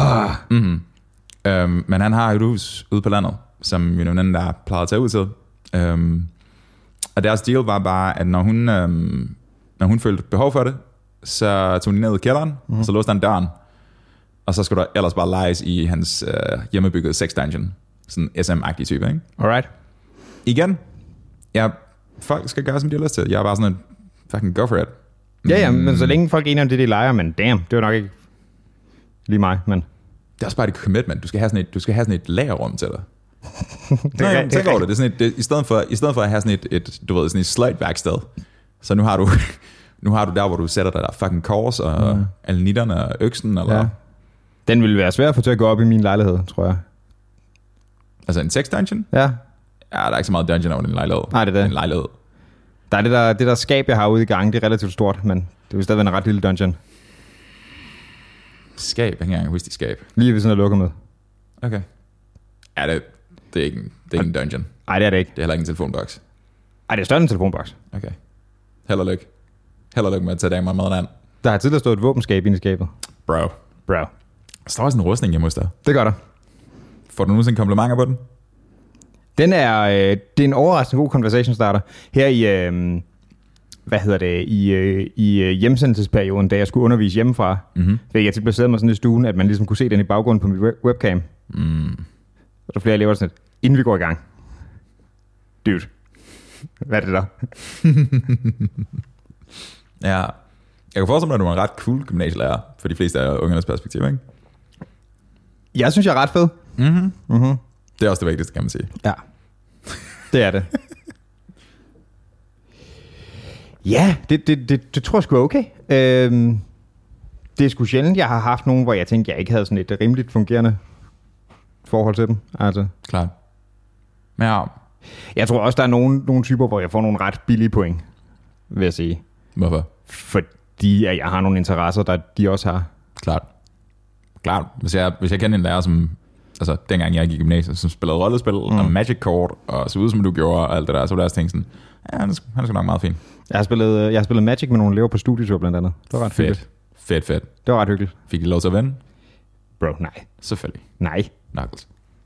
Men han har et hus ude på landet, som jo nogen der plejede at tage ud til. Og deres deal var bare, at når hun følte behov for det, så tog hun ned i kælderen, og så låste han døren. Og så skulle der ellers bare leges i hans hjemmebyggede sex dungeon. Sådan SM-agtig type, ikke? Alright. Igen, folk skal gøre, som de har lyst til. Jeg er bare sådan en fucking go for it. Ja, men så længe folk er enige om det, de leger, men damn, det var nok ikke lige mig, men... Det er også bare et commitment. Du skal have sådan et lagerrum til dig. Tænk over det. Det er sådan et, i stedet for at have sådan et du ved, sådan et sløjtværksted, så nu har du der, hvor du sætter dig der fucking kors og alnitterne og øksen, eller... Ja. Den ville være svær at få til at gå op i min lejlighed, tror jeg. Altså en sex dungeon? Ja. Ja, der er ikke så meget dungeon over den lejlighed. Nej, det er det. En lejlighed. Der er det der skab, jeg har ude i gangen, det er relativt stort, men det vil stadigvæk en ret lille dungeon. Skab? Jeg kan ikke engang huske de skab. Lige ved sådan at lukke med. Okay. Ja, det er ikke en dungeon. Nej, det er det ikke. Det er heller ikke en telefonboks. Nej, det er større end en telefonboks. Okay. Held og lykke med at tage med maden an. Der har tidligere stået et våbenskab inde i skabet. Bro. Der står også en rustning hjemme hos dig. Det gør der. Får du nogensinde komplimenter på den? Det er en overraskende god conversation starter. Her i hjemsendelsesperioden, da jeg skulle undervise hjemmefra, fik jeg til placeret mig sådan i stuen, at man ligesom kunne se den i baggrunden på mit webcam. Og der flere elever sådan et, inden vi går i gang. Dude. Hvad er det der? Ja. Jeg kan forestille mig, at du er en ret cool gymnasielærer, for de fleste af ungernes perspektiv, ikke? Jeg synes, jeg er ret fed. Det er også det vigtigste, kan man sige. Ja, det er det. Ja, det tror jeg sgu er okay. Det er sgu sjældent, jeg har haft nogen, hvor jeg tænkte, jeg ikke havde sådan et rimeligt fungerende forhold til dem. Altså. Klart. Ja. Jeg tror også, der er nogle typer, hvor jeg får nogle ret billige point, vil jeg sige. Hvorfor? Fordi jeg har nogle interesser, der de også har. Klart. Hvis jeg kender en lærer, som... Altså, dengang jeg gik i gymnasiet, som spillede rollespil og Magic Kort, og så ud som du gjorde, og alt det der, så var der sådan, ja, han er sgu nok meget fin. Jeg har spillet Magic med nogle elever på studietur blandt andet. Det var ret hyggeligt. Fedt. Det var ret hyggeligt. Fik de lov til at vinde? Bro, nej. Selvfølgelig. Nej. Knuckles.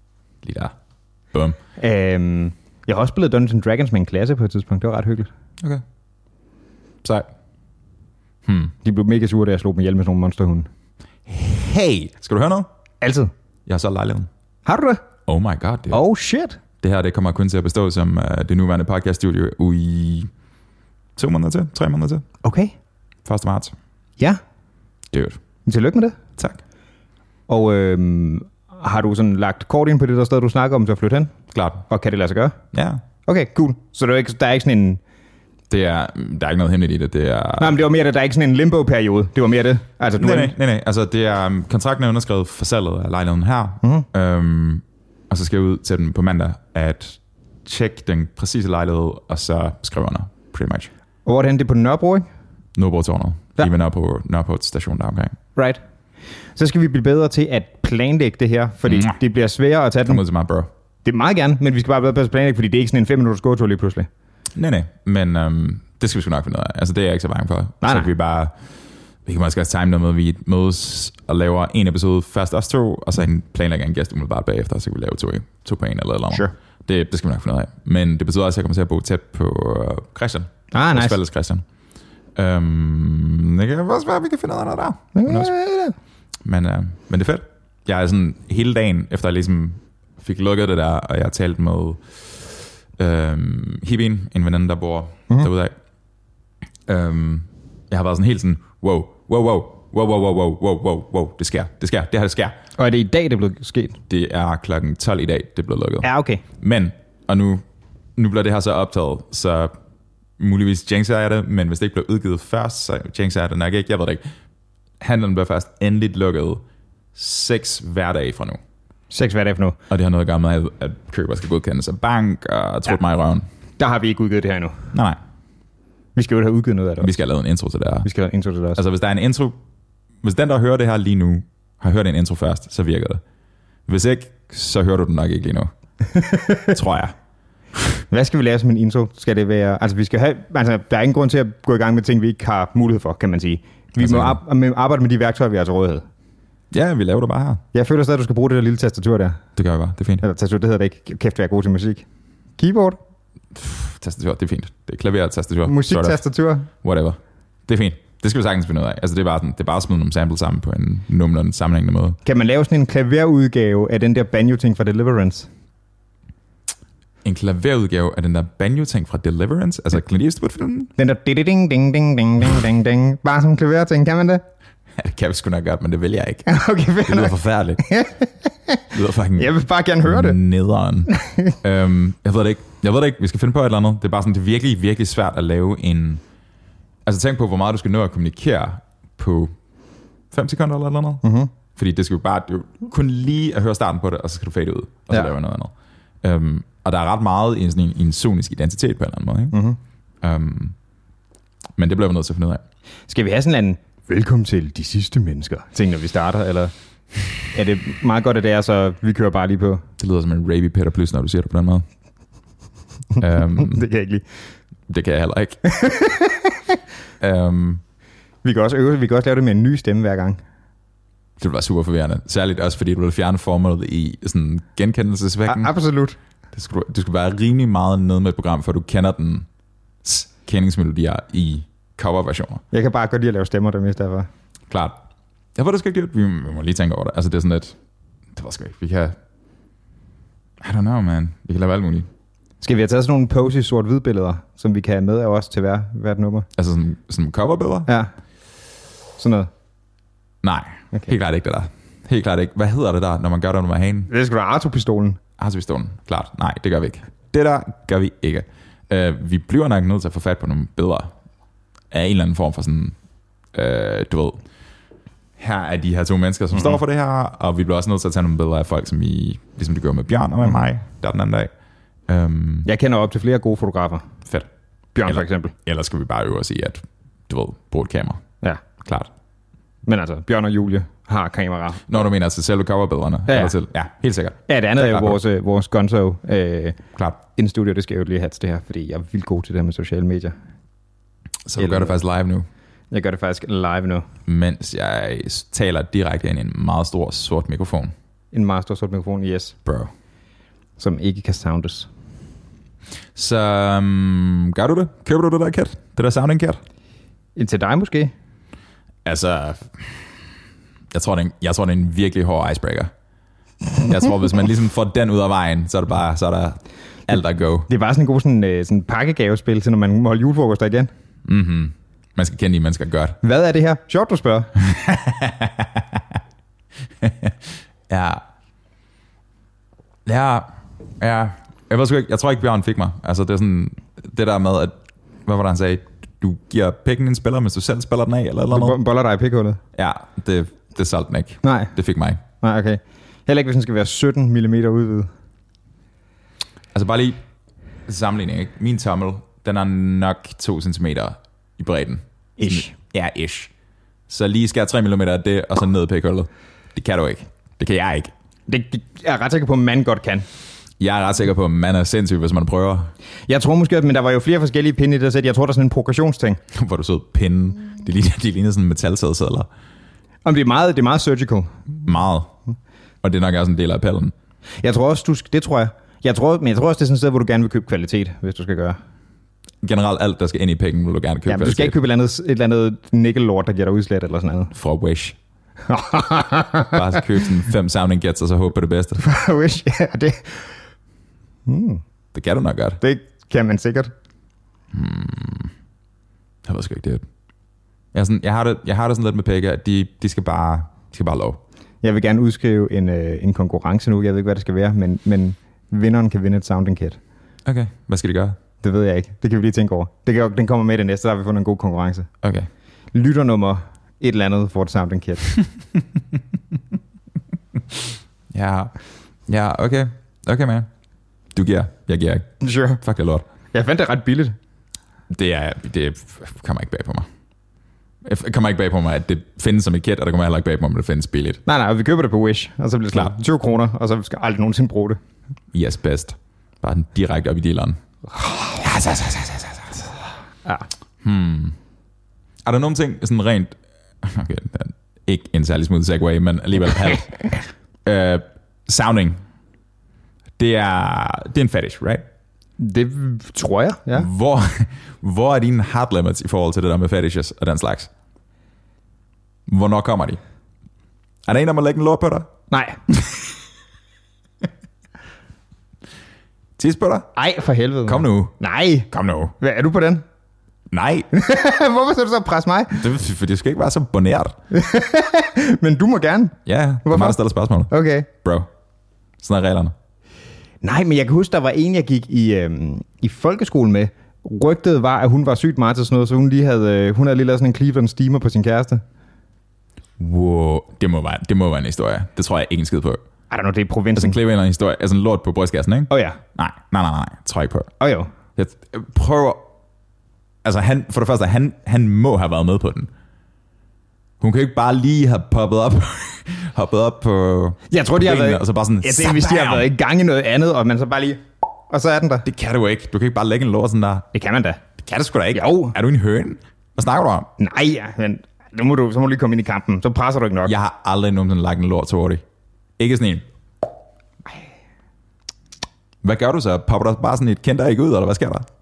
Lige der. Boom. Jeg har også spillet Dungeons & Dragons med en klasse på et tidspunkt. Det var ret hyggeligt. Okay. Sej. De blev mega sure, da jeg slog dem ihjel med sådan nogle monsterhunde. Hey! Skal du høre noget? Altid. Jeg har solgt lejligheden. Har du det? Oh my god. Det. Oh shit. Det her, det kommer kun til at bestå som det nuværende podcaststudio i 2 måneder til, 3 måneder til. Okay. 1. marts. Ja. Dude. Tillykke med det. Tak. Og har du sådan lagt kort ind på det der sted, du snakker om til at flytte hen? Klart. Og kan det lade sig gøre? Ja. Okay, cool. Så der er ikke sådan en... Der er ikke noget hemmeligt i det. Det er... Nej, men det var mere det, der er ikke sådan en limbo-periode. Det var mere det. Altså, Nej. Altså, det er kontrakten er underskrevet for salget af lejligheden her. Og så skal jeg ud til den på mandag at tjekke den præcise lejlighed, og så skrive under, pretty much. Og hvor er det henne? Det er på Nørrebro, ikke? Nørrebro-tårnet. Ja. Lige ved Nørrebro station der omkring. Right. Så skal vi blive bedre til at planlægge det her, fordi det bliver sværere at tage den. Kom ud til mig, bro. Det er meget gerne, men vi skal bare være bedre til at planlægge, fordi det er ikke sådan en 5 minutters gåtur lige pludselig. Nej, men det skal vi sgu nok finde ud af. Altså, det er jeg ikke så bange for. Nej. Vi kan måske også time noget med, at vi mødes og laver en episode først os 2, og så planlægger en gæst umiddelbart bagefter, så kan vi lave to på en eller andet. Sure. Det skal vi nok finde ud af. Men det betyder også, at jeg kommer til at bo tæt på Christian. Nice. Fælles Christian. Det kan også være, at vi kan finde noget der. Men det er fedt. Jeg er sådan hele dagen, efter jeg ligesom fik lukket det der, og jeg har talt med Hibin, en veninde, der bor derude af. Jeg har været sådan helt sådan, wow, det sker, det her sker. Og er det i dag, det blev sket? Det er 12:00 i dag, det blev lukket. Ja, okay. Men, og nu bliver det her så optaget, så muligvis jinxer jeg det, men hvis det ikke bliver udgivet først, så jinxer jeg det nok ikke, jeg ved det ikke. Handlen bliver først endeligt lukket 6 hverdage fra nu. 6 hverdage fra nu. Og det har noget at gøre med, at køber skal godkendes af bank, og trådt mig i røven. Der har vi ikke udgivet det her endnu. Nej. Vi skal jo have udgivet noget af det også. Vi skal have lavet en intro til det her. Vi skal have en intro til det også. Altså hvis der er en intro, hvis den der hører det her lige nu, har hørt en intro først, så virker det. Hvis ikke, så hører du den nok ikke lige nu. Tror jeg. Hvad skal vi lave som en intro? Skal det være, altså vi skal have, altså der er ingen grund til at gå i gang med ting, vi ikke har mulighed for, kan man sige. Vi må arbejde med de værktøjer, vi har til rådighed. Ja, vi laver det bare her. Jeg føler stadig, at du skal bruge det der lille tastatur der. Det gør jeg bare, det er fint. Eller tastatur, det hedder det ikke. Kæft, jeg er god til musik. Keyboard? Tastatur, det er fint. Det er klaver, tastatur. Musik-tastatur? Whatever. Det er fint. Det skal vi sagtens finde ud af. Altså det er bare at smide nogle samples sammen på en nogenlunde sammenhængende måde. Kan man lave sådan en klaverudgave af den der banjo-ting fra Deliverance? En klaverudgave af den der banjo-ting fra Deliverance? Altså Clint Eastwood-filmen? Den der ding-ding-ding-ding-ding-ding. Bare som klaverting, kan man det? Ja, det kan vi sgu nok godt, men det vil jeg ikke. Okay, det lyder forfærdeligt. Det lyder fucking... Jeg vil bare gerne høre det. Nederen. Jeg ved det ikke. Vi skal finde på et eller andet. Det er bare sådan, det er virkelig, virkelig svært at lave en... Altså tænk på, hvor meget du skal nå at kommunikere på 5 sekunder eller noget andet. Fordi det skal jo bare... Det er jo kun lige at høre starten på det, og så skal du fade ud, og så lave noget andet. Og der er ret meget i en sonisk identitet på en eller anden måde. Ikke? Men det bliver vi nødt til at finde ud af. Skal vi have sådan en velkommen til de sidste mennesker ting, når vi starter, eller er det meget godt, at det er, så vi kører bare lige på? Det lyder som en Ravy Peter Plus, når du siger det på den måde. Det kan jeg ikke lide. Det kan jeg heller ikke. Vi kan også lave det med en ny stemme hver gang. Det vil være super forvirrende. Særligt også, fordi du vil fjerne formålet i sådan genkendelsesvægten. Absolut. Du skal være rimelig meget nede med et program, for du kender den kendingsmelodier i coverversioner. Jeg kan bare godt lide at lave stemmer, der mest derfor. Klart. Jeg ved det sgu ikke gjort. Vi må lige tænke over det. Altså det er sådan lidt... Det var sgu ikke. Vi kan... I don't know, man. Vi kan lave alt muligt. Skal vi have taget sådan nogle pose sort-hvid billeder, som vi kan have med af os til hvert nummer? Altså sådan coverbilleder? Ja. Sådan noget? Nej. Okay. Helt klart ikke det der. Helt klart ikke. Hvad hedder det der, når man gør det med hanen? Det skal være Arto-pistolen. Arto-pistolen. Klart. Nej, det gør vi ikke. Det der gør vi ikke. Vi bliver nok nødt til at få fat på nogle billeder af en eller anden form for sådan, du ved, her er de her 2 mennesker, som står for det her, og vi bliver også nødt til at tage nogle billeder af folk, som vi, ligesom det gør med Bjørn og med mig, der den anden dag. Jeg kender op til flere gode fotografer. Fedt. Bjørn for eksempel. Eller skal vi bare øve os i, at du ved, bruge et kamera. Ja. Klart. Men altså, Bjørn og Julie har kamera. Når du mener til selve coverbillederne? Ja. Til? Ja, helt sikkert. Ja, det andet er jo vores Gonzo klart. In studio, det skal jo lige have til det her, fordi jeg er vildt god til det her med sociale medier. Så du gør det faktisk live nu? Jeg gør det faktisk live nu. Mens jeg taler direkte ind i en meget stor sort mikrofon. En meget stor sort mikrofon, yes. Bro. som ikke kan soundes. Så gør du det? Køber du det der kit? Det der sounding kit? Til dig måske? Altså, jeg tror, det er en virkelig hård icebreaker. Jeg tror, hvis man ligesom får den ud af vejen, så er der alt at go. Det er bare sådan en god sådan pakkegavespil til, når man må holde julefrokoster igen. Mhm. Man skal kende de mennesker godt. Hvad er det her? Sjovt, du spørger. Ja. Jeg ved sgu ikke, jeg tror ikke, Bjørn fik mig. Altså, det er sådan, det der med, at, hvad var det, han sagde? Du giver pikken en spiller, hvis du selv spiller den af, eller noget? Du boller dig i pikhullet? Ja, det solgte den ikke. Nej. Det fik mig ikke. Nej, okay. Heller ikke, hvis den skal være 17 mm udvidet. Altså bare lige sammenligning, ikke? Min tommel, den er nok 2 cm i bredden. Ish. Ja, ish. Så lige skære 3 mm af det, og så ned i pikhullet. Det kan du ikke. Det kan jeg ikke. Det er jeg ret sikker på, at man godt kan. Jeg er ret sikker på, at man er sindssyg, hvis man prøver. Jeg tror måske, men der var jo flere forskellige pinde i det sæt. Jeg tror, der er sådan en progressionsting. Hvor du så pinde. De ligner sådan metalsædsedler. Om det er meget surgical. Meget. Og det er nok også en del af appellen. Jeg tror også, det tror jeg. Men jeg tror også, det er sådan et sted, hvor du gerne vil købe kvalitet, hvis du skal gøre. Generelt alt, der skal ind i pikken, vil du gerne købe kvalitet. Du skal ikke købe et eller andet nickellort, der giver dig udslæt eller sådan noget. Fra Wish. Bare købe sådan 5 sounding kits, og så håbe på det bedste. Fra Wish, ja. Det kan du nok godt. Det kan man sikkert. Jeg ved sgu ikke det. Jeg har det sådan lidt med pikker, at de skal bare lov. Jeg vil gerne udskrive en konkurrence nu. Jeg ved ikke, hvad det skal være, men vinderen kan vinde et sounding kit. Okay, hvad skal de gøre? Det ved jeg ikke. Det kan vi lige tænke over. Den kommer med det næste, der har vi fundet en god konkurrence. Okay. Lytternummer et eller andet for et sounding kit. Ja, okay. Okay, man. Du giver, jeg giver ikke. Sure. Fuck det lort. Jeg fandt det ret billigt. Det kommer ikke bag på mig. Det kommer ikke bag på mig, at det findes som et kit, og det kommer heller ikke bag på mig, at det findes billigt. Nej, vi køber det på Wish, og så bliver det klart 20 kroner, og så skal jeg aldrig nogensinde bruge det. Yes, best. Bare den direkte op i dealeren. Ja. Er der nogle ting, sådan rent... Okay, ikke en særlig smooth segway, men alligevel halvt. Sounding. Det er en fetish, right? Det tror jeg, ja. Hvor er dine hard limits i forhold til det der med fetishes og den slags? Hvornår kommer de? Er der en, der må lægge en lort på dig? Nej. Tis på dig? Ej, for helvede. Kom nu. Nej. Kom nu. Hvad, er du på den? Nej. Hvorfor skal du så presse mig? For det skal ikke være så bonært. Men du må gerne. Ja, det er mig, der stiller spørgsmål. Okay. Bro, sådan er reglerne. Nej, men jeg kan huske, der var en, jeg gik i folkeskolen med. Rygtet var, at hun var sygt meget til sådan noget, så hun havde lige lavet sådan en Cleveland steamer på sin kæreste. Wow, det må være en historie. Det tror jeg ikke en skid på. I don't know, det er provinsen. Altså en Cleveland historie, altså en lort på brystkassen, ikke? Ja. Nej, tror jeg ikke på. Jo. Jeg prøver... Altså for det første, han må have været med på den. Hun kan ikke bare lige have hoppet op på... Jeg tror, de har været... Og så bare sådan... Jeg tænker, hvis de har været i gang i noget andet, og man så bare lige... Og så er den der. Det kan du ikke. Du kan ikke bare lægge en lort sådan der. Det kan man da. Det kan du sgu da ikke. Jo. Er du en høne? Hvad snakker du om? Nej, men så må du lige komme ind i kampen. Så presser du ikke nok. Jeg har aldrig nogensinde lagt en lort til hurtigt. Ikke sådan en. Hvad gør du så? Popper der bare sådan et kendt æg ud, eller hvad sker der?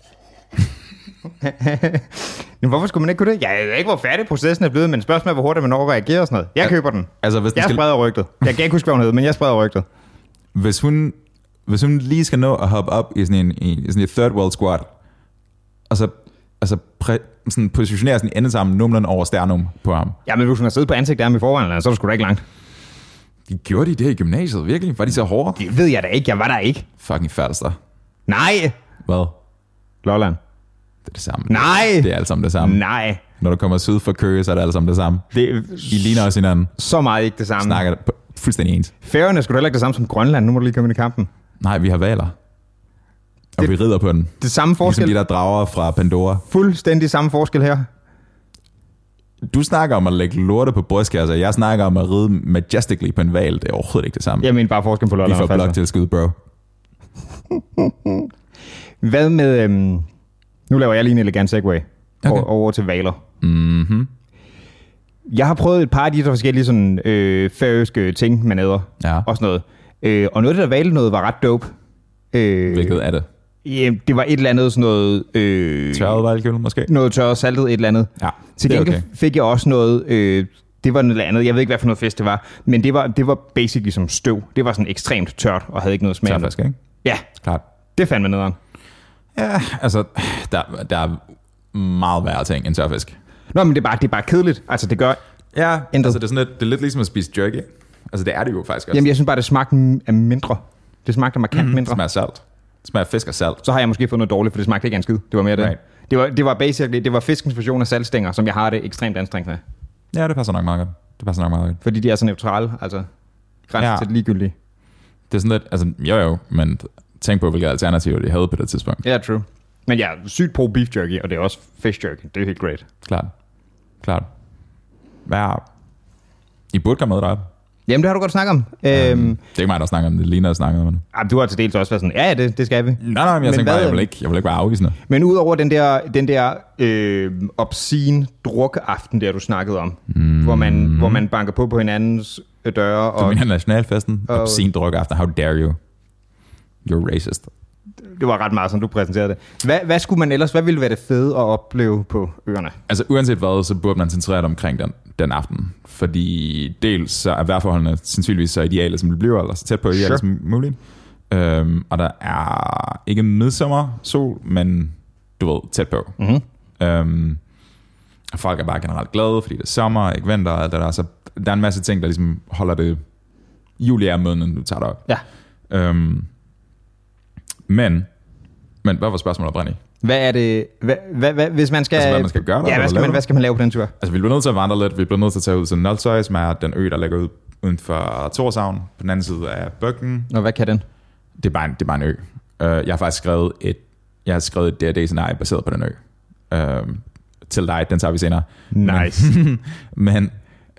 Men hvorfor skulle man ikke kunne det? Jeg ved ikke, hvor færdig processen er blevet, men spørgsmålet er, hvor hurtigt man når at reagere og sådan noget. Jeg køber den. Altså, hvis jeg spreder rygtet. Jeg kan ikke huske, hvad hun hed, men jeg spreder rygtet. Hvis hun lige skal nå at hoppe op i sådan en third world squat, og så sådan positionere sådan ende sammen nogenlunde over sternum på ham. Ja, men hvis hun har siddet på ansigt af ham i forvejen, så er det sgu da ikke langt. Gjorde de det i gymnasiet, virkelig? Var de så hårde? Det ved jeg da ikke, jeg var der ikke. Fucking Falster. Nej! Hvad? Lolland. Det er det samme. Nej! Det er alt sammen det samme. Nej. Når du kommer syd for Køge, så er det alt sammen det samme. I ligner også hinanden. Så meget ikke det samme. Snakker fuldstændig ens. Færøerne er sgu da heller ikke det samme som Grønland. Nu må du lige komme ind i kampen. Nej, vi har valer. Og vi rider på den. Det samme forskel. Ligesom de der drager fra Pandora. Fuldstændig samme forskel her. Du snakker om at lægge lorte på brystkasser. Jeg snakker om at ride majestically på en val. Det er overhovedet ikke det samme. Jeg mener bare forskel på Lolland. Vi får blok til at skyde, bro. Hvad med... Nu laver jeg lige en elegant segway over til valer. Mhm. Jeg har prøvet et par af de der forskellige sådan, færøske ting, man æder. Ja. Og sådan noget. Og noget af det der vale noget var ret dope. Hvilket er det? Det var et eller andet sådan noget... tørret vejlkøl måske? Noget tørret saltet et eller andet. Ja, til gengæld fik jeg også noget... det var noget andet. Jeg ved ikke, hvad for noget fisk det var. Men det var basically som støv. Det var sådan ekstremt tørt og havde ikke noget smag. Tørfisk, ikke? Ja. Klart. Det fandt man nederen. Ja, altså... Der er meget værre ting end tørfisk. Nå, men det er bare kedeligt. Altså, det gør... Ja, altså det er, sådan lidt, det er lidt ligesom at spise jerky. Altså, det er det jo faktisk også. Jamen, jeg synes bare, det smagte af mindre. Det smagte markant mindre. Det smager salt. Det smager fisk og salt. Så har jeg måske fået noget dårligt, for det smagte ikke af en skid. Det var mere det. Right. Det var fiskens version af saltstænger, som jeg har det ekstremt anstrengt med. Ja, det passer nok meget godt. Fordi de er så neutrale, altså grænsen til det ligegyldige. Det er sådan lidt, altså jo, men tænk på, hvilke alternativer de havde på det tidspunkt. Ja, true. Men jeg er sygt pro beef jerky, og det er også fish jerky. Det er helt great. Klart. I burde komme med dig. Jamen, det har du godt snakket om. Det er ikke mig, der snakker om det. Lina, der snakker om det. Du har til dels også været sådan, ja, det skal vi. Nej, men jeg tænker bare, jeg vil ikke være afvisende. Men udover den der obscene drukkeaften, der du snakkede om, hvor man banker på hinandens døre. Du mener nationalfesten? Obscene drukkeaften. How dare you? You're racist. Det var ret meget, som du præsenterede det. Hvad skulle man ellers? Hvad ville være det fede at opleve på øerne? Altså uanset hvad, så burde man centrere det omkring den aften. Fordi dels så er vejrforholdene sandsynligvis så ideale, som det bliver, eller så tæt på ideale som muligt. Og der er ikke midsommer sol, men du ved, tæt på. Mm-hmm. Folk er bare generelt glade, fordi det er sommer, ikke vinter, og alt det der. Så der er en masse ting, der ligesom holder det juli er måneden, du tager det op. Ja. Men hvad var spørgsmålet oprindeligt? Hvad er det, hvis man skal... Altså, hvad man skal gøre der? Ja, hvad skal man lave på den tur? Altså, vi bliver nødt til at vandre lidt. Vi bliver nødt til at tage ud til Nolsøy, som er den ø, der ligger ud uden for Tórshavn, på den anden side af bugten. Og hvad kan den? Det er bare en ø. Jeg har faktisk skrevet et D&D-scenarie baseret på den ø. Til dig, den tager vi senere. Nice. Men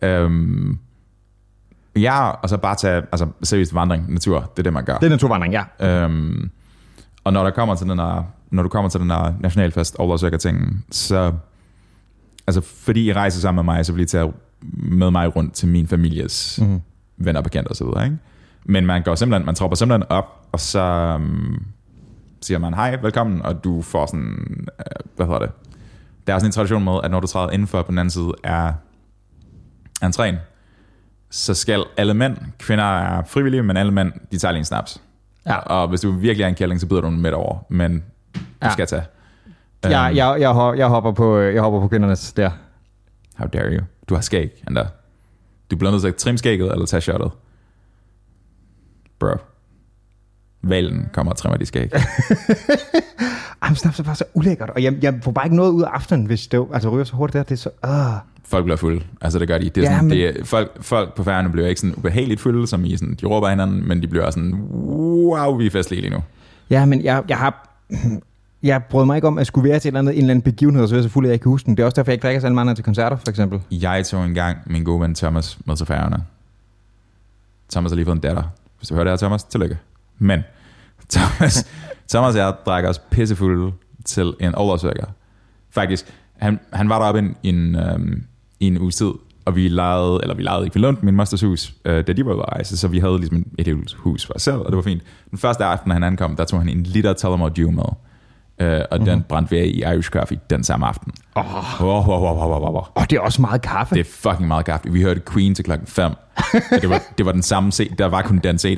ja, og så bare tage seriøst vandring, natur. Det er det, man gør. Det er naturvandring, ja. Og når du kommer til den her nationalfest, ting, så altså fordi I rejser sammen med mig, så bliver I taget med mig rundt til min families venner, bekendte og så videre, ikke? Men man tropper simpelthen op, og så siger man hej, velkommen, og du får sådan, der er sådan en tradition med, at når du træder indenfor på den anden side af entréen, så skal alle mænd, kvinder er frivillige, men alle mænd, de tager lige en snaps. Ja. Og hvis du virkelig er en kælling, så byder du den midt over, men du skal tage. Jeg hopper på kvindernes der. How dare you? Du har skæg, endda. Du bliver nødt til at trimme skægget, eller tage shotet. Bro. Valen kommer og trimmer de skæg. Snaps er bare så ulækkert, og jeg får bare ikke noget ud af aftenen, hvis det ryger så hurtigt der. Det er så... Folk bliver fulde. Altså det gør de. Det er sådan, folk på færgerne bliver ikke sådan ubehageligt fulde, som i sådan, de råber hinanden, men de bliver også sådan, wow, vi er festlige lige nu. Ja, men jeg brød mig ikke om, at skulle være til en eller anden begivenhed, så jeg så fuld, at jeg ikke kan huske den. Det er også derfor, jeg ikke drikker så meget til koncerter, for eksempel. Jeg tog engang min gode ven Thomas med til færgerne. Thomas har lige fået en datter. Hvis du hører det her, Thomas, tillykke. Men Thomas og jeg drak os pissefulde til en oversøger. Faktisk, han var deroppe i en uges tid, og vi lejede ikke, vi lånte min mosters hus, da de var ude at rejse, så vi havde ligesom et helt hus for os selv, og det var fint. Den første aften, han ankom, der tog han en liter Tullamore Dew med, og den brændte vi af i Irish Coffee den samme aften. Det er også meget kaffe. Det er fucking meget kaffe. Vi hørte Queen til 5:00. Det var den samme CD, der var kun den CD.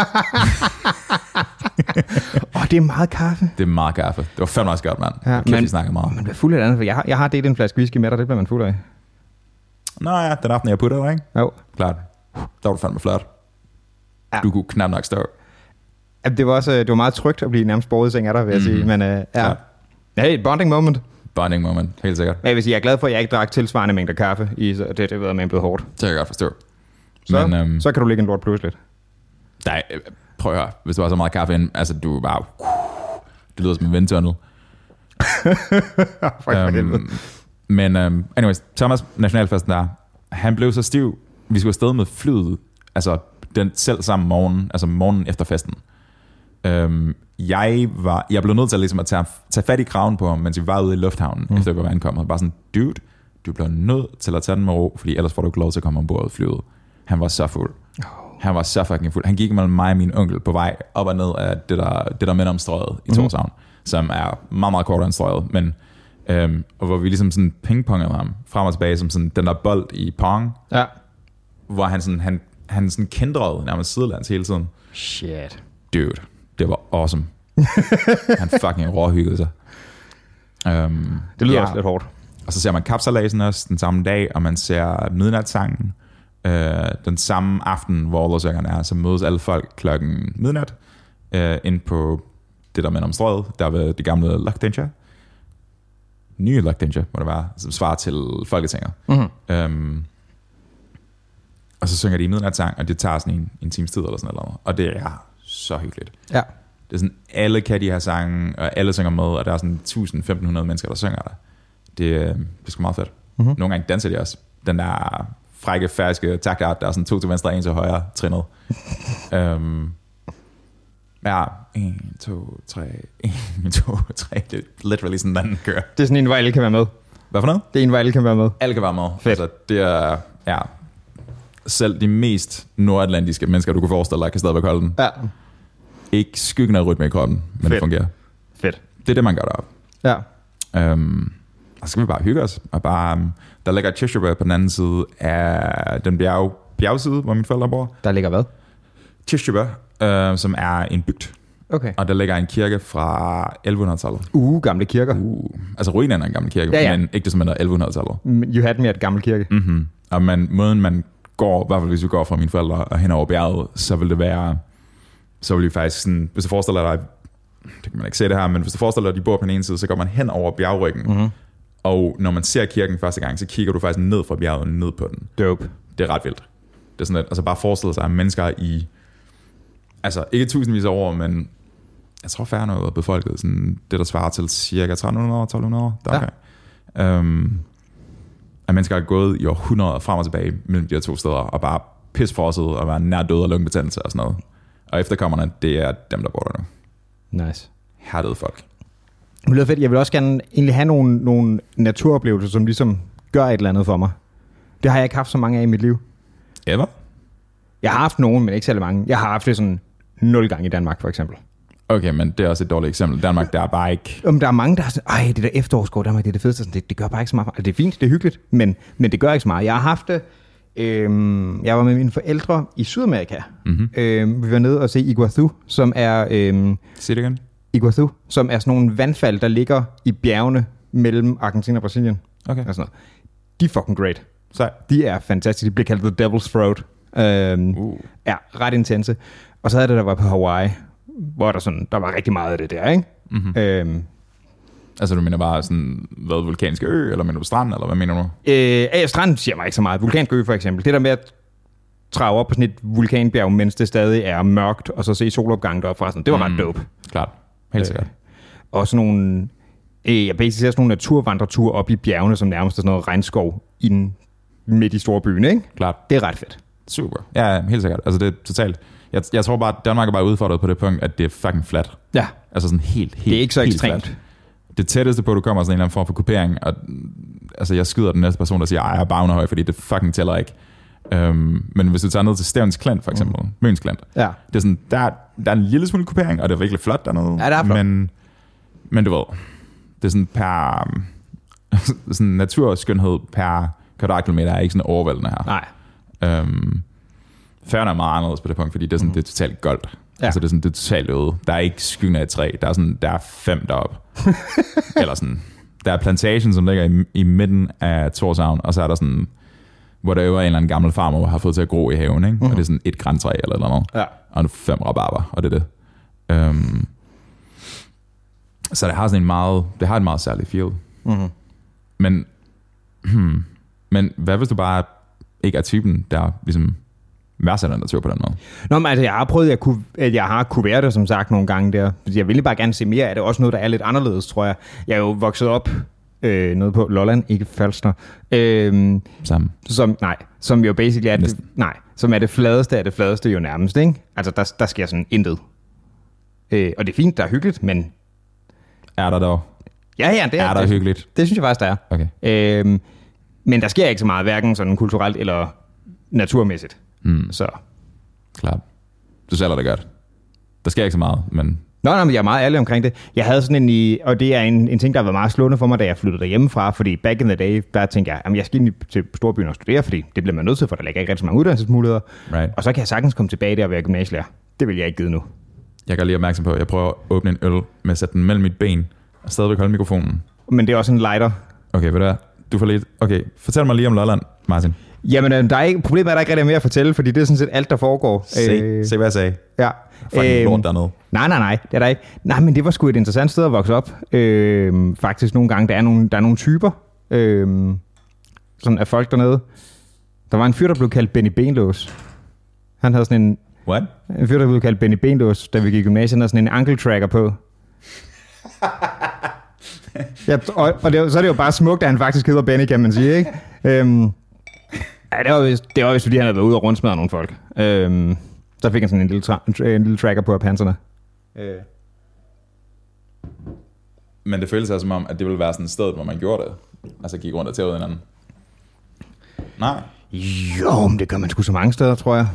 Det er meget kaffe. Det er meget kaffe. Det var fandme også godt, mand. Ja, vi snakkede meget. Man bliver fuld af det andet, for jeg har delt en flaske whisky med dig, det bliver man fuld af. Nå ja, den aften jeg puttede dig, ikke? Jo. Klart. Der var du fandme flot. Ja. Du kunne knap nok stå. Ja, det var meget trygt at blive nærmest båret i seng af dig, vil jeg sige. Men ja, et bonding moment. Bonding moment, helt sikkert. Jeg vil sige, jeg er glad for, at jeg ikke drak tilsvarende mængder kaffe i, så det ved jeg, man er blevet hårdt. Det kan jeg godt forstå. Så kan du ligge en lort pludselig. Nej, prøv at høre. Hvis du har så meget kaffe ind, altså du bare... Det lyder som en vindtunnel. Men anyways, Thomas, nationalfesten der, han blev så stiv. Vi skulle afsted med flyet, altså den selv samme morgen, altså morgenen efter festen. Jeg blev nødt til ligesom at tage fat i kraven på ham, mens vi var ude i lufthavnen, efter vi var ankommet. Bare sådan, dude, du bliver nødt til at tage den med ro, fordi ellers får du ikke lov til at komme ombord i flyet. Han var så fuld. Han var så fucking fuld. Han gik mellem mig og min onkel på vej op og ned af det der minder om Strøget i Tórshavn, som er meget, meget kortere end Strøget, men og hvor vi ligesom sådan pingpongede ham frem og tilbage, som sådan den der bold i pong, hvor han sådan kendrede nærmest sidelands hele tiden. Shit. Dude, det var awesome. Han fucking råhyggede sig. Det lyder også lidt hårdt. Og så ser man Kapsejladsen også den samme dag, og man ser Midnatssangen den samme aften, hvor Orlogsøkerne er, så mødes alle folk klokken midnat ind på det der minder om Strøget, der ved det gamle Løgtingja. Nye Løgtingja, må det være, som svarer til Folketinget. Og så synger de i midnatssang, og det tager sådan en times tid eller sådan noget. Og det er så hyggeligt. Ja. Det er sådan, alle kan de her sange, og alle synger med, og der er sådan 1.000-1.500 mennesker, der synger der. Det er sgu meget fedt. Nogle gange danser de også. Den der frække, færske taktart, der er sådan 2 til venstre, 1 til højre, trinnet. Ja, 1, 2, 3, 1, 2, 3. Det er literally sådan, den kører. Det er sådan en, hvor alle kan være med. Hvad for noget? Det er en, hvor alle kan være med. Alle kan være med. Fedt. Altså, det er, ja, selv de mest nordatlantiske mennesker, du kan forestille dig, kan stadigvæk holde den. Ja. Ikke skyggen af rytme i kroppen, men Fedt. det fungerer. Fedt. Det er det, man gør deroppe. Ja. Og så skal vi bare hygge os. Og bare, der ligger Tishrebe på den anden side af den bjergside, hvor mine forældre bor. Der ligger hvad? Tishrebe, som er en bygd. Okay. Og der ligger en kirke fra 1100-tallet. Gamle kirker. Altså ruinen er en gammel kirke, men ikke det som er 1100-tallet. You had me at gammel kirke. Og måden man går, i hvert fald hvis vi går fra mine forældre og hen over bjerget, så vil det være, så vil vi faktisk sådan, hvis du forestiller dig, det kan man ikke se det her, men hvis du forestiller dig, at de bor på den ene side, så går man hen over bjergryggen. Og når man ser kirken første gang, så kigger du faktisk ned fra bjerget, ned på den. Dope. Det er ret vildt. Det er sådan, at altså bare forestille sig, at mennesker i, altså ikke tusindvis af år, men jeg tror færre noget befolket, sådan det der svarer til cirka 1300 år, 1200 år. Der okay. At mennesker er gået i århundreder frem og tilbage mellem de her 2 steder, og bare pisforset og være nær død og lungebetændelse og sådan noget. Og efterkommerne, det er dem, der bor der nu. Nice. Hærdede folk. Det lyder fedt. Jeg vil også gerne egentlig have nogle naturoplevelser, som ligesom gør et eller andet for mig. Det har jeg ikke haft så mange af i mit liv. Ever? Jeg har haft nogen, men ikke særlig mange. Jeg har haft det sådan 0 gange i Danmark, for eksempel. Okay, men det er også et dårligt eksempel. Danmark, der er bare ikke... Der er mange, der er sådan, det der efterårsgård, Danmark, det er det fedeste. Sådan, det gør bare ikke så meget. Altså, det er fint, det er hyggeligt, men det gør ikke så meget. Jeg har haft det... jeg var med mine forældre i Sydamerika. Vi var nede og se Iguazu, som er... Sig det igen. Iguazu, som er sådan nogle vandfald, der ligger i bjergene mellem Argentina og Brasilien. Okay. Og sådan noget. De er fucking great. Så. De er fantastiske. De bliver kaldt The Devil's Throat. Ja, ret intense. Og så havde det, der var på Hawaii, hvor der var rigtig meget af det der, ikke? Altså du mener bare sådan, hvad, vulkansk ø, eller mener du strand, eller hvad mener du? Strand siger mig ikke så meget. Vulkansk ø for eksempel. Det der med at trage op på sådan et vulkanbjerg, mens det stadig er mørkt, og så se solopgangen deroppe fra sådan. Det var ret dope. Klart. Helt sikkert. Og sådan nogle... Jeg basisk ser sådan nogle naturvandreture op i bjergene, som nærmest er sådan noget regnskov midt i storbyen, ikke? Klart. Det er ret fedt. Super. Ja, helt sikkert. Altså det er totalt... Jeg tror bare, at Danmark er bare udfordret på det punkt, at det er fucking flat. Ja. Altså sådan helt det er ikke så ekstremt. Flat. Det tætteste på, at du kommer sådan en eller anden form for kupering, og altså jeg skyder den næste person, der siger, jeg er Bagnehøj, fordi det fucking tæller ikke. Men hvis du tager ned til Stevns Klint, for eksempel, Møns Klint, det er sådan, der er en lille smule kupering, og det er virkelig flot dernede. Ja, det er flot. Men du ved, det er sådan per sådan naturskønhed per kvadratkilometer er ikke sådan overvældende her. Nej. Færgen er meget anderledes på det punkt, fordi det er sådan, det er totalt goldt. Ja. Altså det er sådan, det er totalt øde. Der er ikke skyggen af et træ. Der er 5 deroppe. Eller sådan. Der er plantagen, som ligger i midten af Tórshavn, og så er der sådan, hvor der jo er en eller anden gammel farmer, der har fået til at gro i haven, ikke? Og det er sådan et grantræ eller noget. Ja. Og 5 rabarber, og det er det. Så det har sådan det har et meget særligt feel. Men hvad hvis du bare ikke er typen, der ligesom værdsætter natur på den måde? Nå, men altså, jeg har prøvet, at jeg har kunne være det, som sagt, nogle gange der. Jeg ville bare gerne se mere af det. Også noget, der er lidt anderledes, tror jeg. Jeg er jo vokset op noget på Lolland, ikke Falster. Som jo basically er som er det fladeste af det fladeste jo nærmest, ikke? Altså, der sker sådan intet. Og det er fint, der er hyggeligt, men... Er der dog? Ja, det er der hyggeligt? Det synes jeg faktisk, der er. Okay. Men der sker ikke så meget, hverken sådan kulturelt eller naturmæssigt. Så. Klart. Du sælger det godt. Der sker ikke så meget, men... Nå, men jeg er meget ærlig omkring det. Jeg havde sådan og det er en ting, der var meget slående for mig, da jeg flyttede derhjemmefra, fordi back in the day, der tænkte jeg, at jeg skal ind til storbyen og studere, fordi det bliver man nødt til, for der ligger ikke rigtig så mange uddannelsesmuligheder. Right. Og så kan jeg sagtens komme tilbage der og være gymnasielærer. Det vil jeg ikke give nu. Jeg gør lige opmærksom på, at jeg prøver at åbne en øl med at sætte den mellem mit ben og stadigvæk holde mikrofonen. Men det er også en lighter. Okay, ved du hvad? Du får lidt... Okay, fortæl mig lige om Lolland, Martin. Jamen, problemet er, at der ikke rigtig mere at fortælle, fordi det er sådan set alt, der foregår. Se hvad jeg sagde. Ja. Fucking lort dernede. Nej, det er der ikke. Nej, men det var sgu et interessant sted at vokse op. Faktisk nogle gange, der er nogle typer sådan af folk dernede. Der var en fyr, der blev kaldt Benny Benlås. Han havde sådan en... What? En fyr, der blev kaldt Benny Benlås, da vi gik i gymnasiet. Han havde sådan en ankle tracker på. Ja, og så er det jo bare smukt, at han faktisk hedder Benny, kan man sige, ikke? Ja, det var vist, fordi han havde været ude og rundsmadre nogle folk. Så fik han sådan en lille tracker på af panserne. Men det føles altså som om, at det ville være sådan et sted, hvor man gjorde det. Altså gik rundt og tævede hinanden. Nej. Jo, men det gør man sgu så mange steder, tror jeg.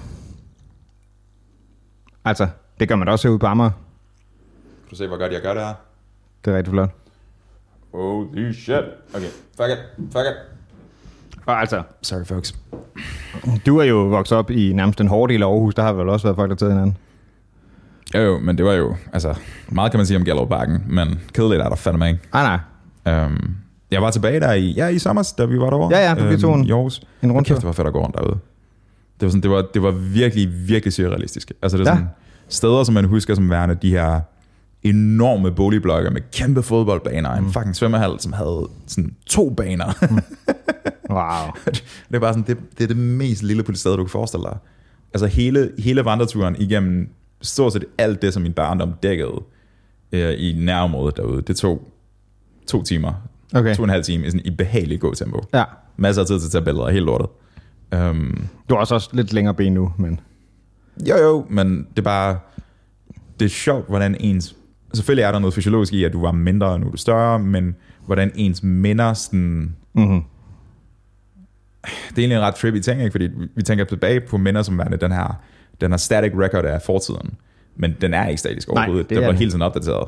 Altså, det gør man da også ude på Amager. Du ser, hvor godt jeg gør det her. Det er rigtig flot. Holy shit. Okay, fuck it. Og altså... Sorry, folks. Du er jo vokset op i nærmest den hårde del af Aarhus. Der har vel også været folk, der taget hinanden. Jo, men det var jo... Altså, meget kan man sige om Gellerupparken, men kedeligt er der fandme ikke. Nej. Jeg var tilbage der i sommer, da vi var derovre. Ja, vi tog en rundtur. Kæft, det var fedt at gå rundt derude. Det var, sådan, det var virkelig, virkelig surrealistisk. Altså, det er sådan steder, som man husker som værende de her enorme boligblokke med kæmpe fodboldbaner og en fucking svømmehal, som havde sådan 2 baner. Wow. Det er bare sådan, det er det mest lille sted, du kan forestille dig. Altså hele vandreturen igennem stort set alt det, som min barndom dækkede i nærområdet derude, det tog 2 timer. Okay. 2,5 timer i behageligt gåtempo. Ja. Masser af tid til at tage billeder, helt lortet. Du har også lidt længere ben nu, men... Jo, men det er bare... Det er sjovt, hvordan ens... Selvfølgelig er der noget fysiologisk i, at du var mindre, og nu er du større, men hvordan ens minder sådan... Mm-hmm. Det er egentlig en ret trippy ting, ikke? Fordi vi tænker tilbage på minder som værende den her static record af fortiden, men den er ikke statisk overhovedet. Den var hele tiden opdateret.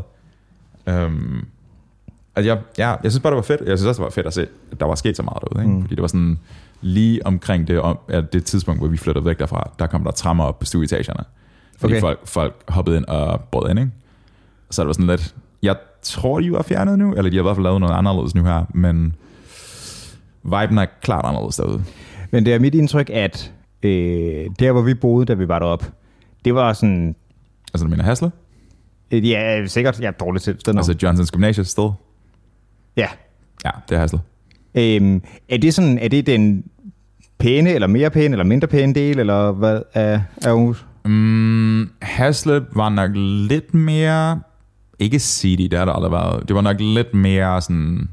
Altså jeg synes bare, det var fedt. Jeg synes også, det var fedt at se, at der var sket så meget derude, ikke? Fordi det var sådan lige omkring det tidspunkt, hvor vi flyttede væk derfra, der kom der trammer op på stueetagerne. Fordi folk hoppede ind og brød ind, ikke? Så det var sådan lidt... Jeg tror, de var fjernet nu, eller de har i hvert fald lavet noget anderledes nu her, men viben er klart anderledes derude. Men det er mit indtryk, at der, hvor vi boede, da vi var deroppe, det var sådan... Altså, du mener Hasle? Ja, sikkert. Jeg er dårligt til stedet. Altså Johnsons Gymnasium sted? Ja. Ja, det er Hasle. Er det den pæne, eller mere pæne, eller mindre pæne del, eller hvad er Aarhus? Hasle var nok lidt mere... Ikke seedy, det har der aldrig været. Det var nok lidt mere sådan...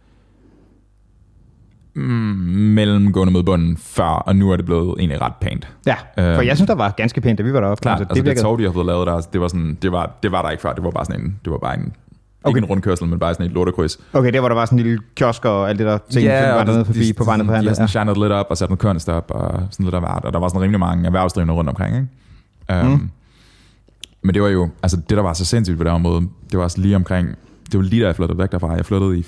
mellemgående mod bunden før, og nu er det blevet egentlig ret pænt. Ja, for jeg synes, der var ganske pænt, da vi var deroppe. Klart, altså det tog, de har fået lavet der, det var sådan, det var der ikke før, det var bare sådan en, ikke en rundkørsel, men bare sådan et lortekryds. Okay, der var der bare sådan en lille kiosk og alt det der ting, var dernede forbi på vejen på handel. De har sådan shined lidt op og sat noget kønst op og sådan lidt af hvert, og der var sådan rimelig mange erhvervsdrivende rundt omkring, ikke? Men det var jo, altså det der var så sindssygt ved det område, det var også lige omkring, det var lige da jeg flyttede væk derfra. Jeg flyttede i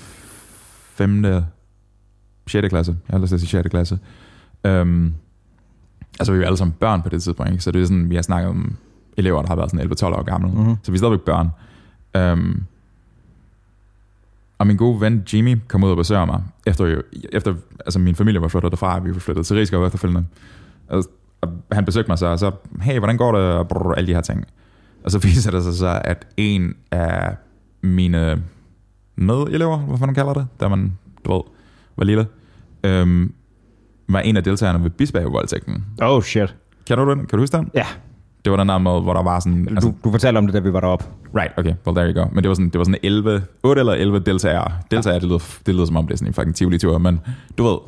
6. klasse. Jeg har lyst til at sige 6. klasse. Altså vi var alle sammen børn på det tidspunkt, ikke? Så det er sådan, vi har snakket om elever, der har været sådan 11-12 år gamle. Så vi er stadigvæk børn. Og min gode ven Jimmy kom ud og besøger mig, efter altså min familie var flyttet derfra, vi var flyttet til Rigskov efterfølgende. Og han besøgte mig så hey, hvordan går det? Og alle de her ting. Og så viser det sig så, at en af mine medelever, hvad man kalder det, der man, du ved, var lille, var en af deltagerne ved Bisbjerg-voldtægten. Oh shit. Kan du huske den? Ja. Det var den der måde, hvor der var sådan... Altså, du fortalte om det, da vi var deroppe. Right, okay, well there you go. Men det var sådan 8 eller 11 deltagere. Deltagere, det lyder som om det er sådan en fucking Tivoli-tur, men du ved...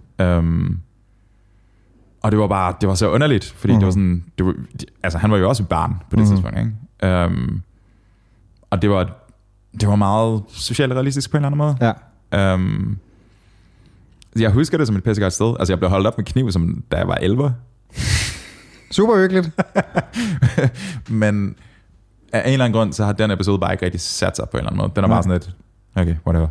og det var så underligt, fordi det var sådan... altså, han var jo også et barn på det tidspunkt, ikke? Og det var meget socialt realistisk på en eller anden måde. Ja. Jeg husker det som et pissegodt sted. Altså, jeg blev holdt op med kniv, da jeg var 11. Super hyggeligt. Men af en eller anden grund, så har den episode bare ikke rigtig sat sig på en eller anden måde. Den er bare sådan lidt, okay, whatever.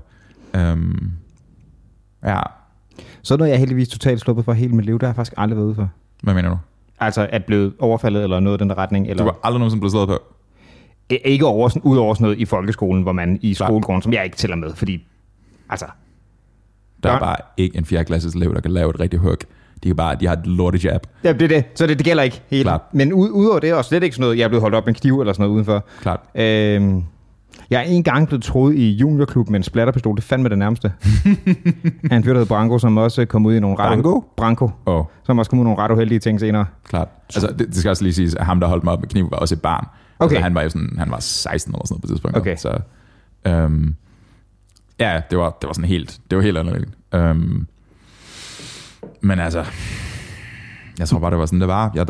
Ja. Så noget, jeg heldigvis totalt sluppet for hele mit liv, der har jeg faktisk aldrig været ude for. Hvad mener du? Altså, at blevet overfaldet eller noget i den der retning? Eller... Du var aldrig nogensinde blevet slået på? Ikke ud over sådan noget i folkeskolen, hvor man i skolegården, som jeg ikke tæller med, fordi, altså... Der er bare ikke en 4. klasses elev, der kan lave et rigtigt hug. De har et lortejab. Ja, det er det. Så det gælder ikke helt. Klart. Men udover det er også slet ikke sådan noget, jeg er blevet holdt op med en kniv eller sådan noget udenfor. Klart. Jeg er en gang blevet troet i juniorklub med en splatterpistol. Det fandme det nærmeste. Han fyr, der hed Branko, som også kom ud i nogle Branko? Som også kom ud i nogle ret uheldige ting senere. Klart. Altså, det skal også lige siges, at ham, der holdt mig op med kniv, var også et barn. Okay. Altså, han var 16 eller sådan noget på det tidspunkt. Okay. Så, ja, det var sådan helt, det var helt anderledes. Men altså, jeg tror bare, det var sådan, det var. Ja, der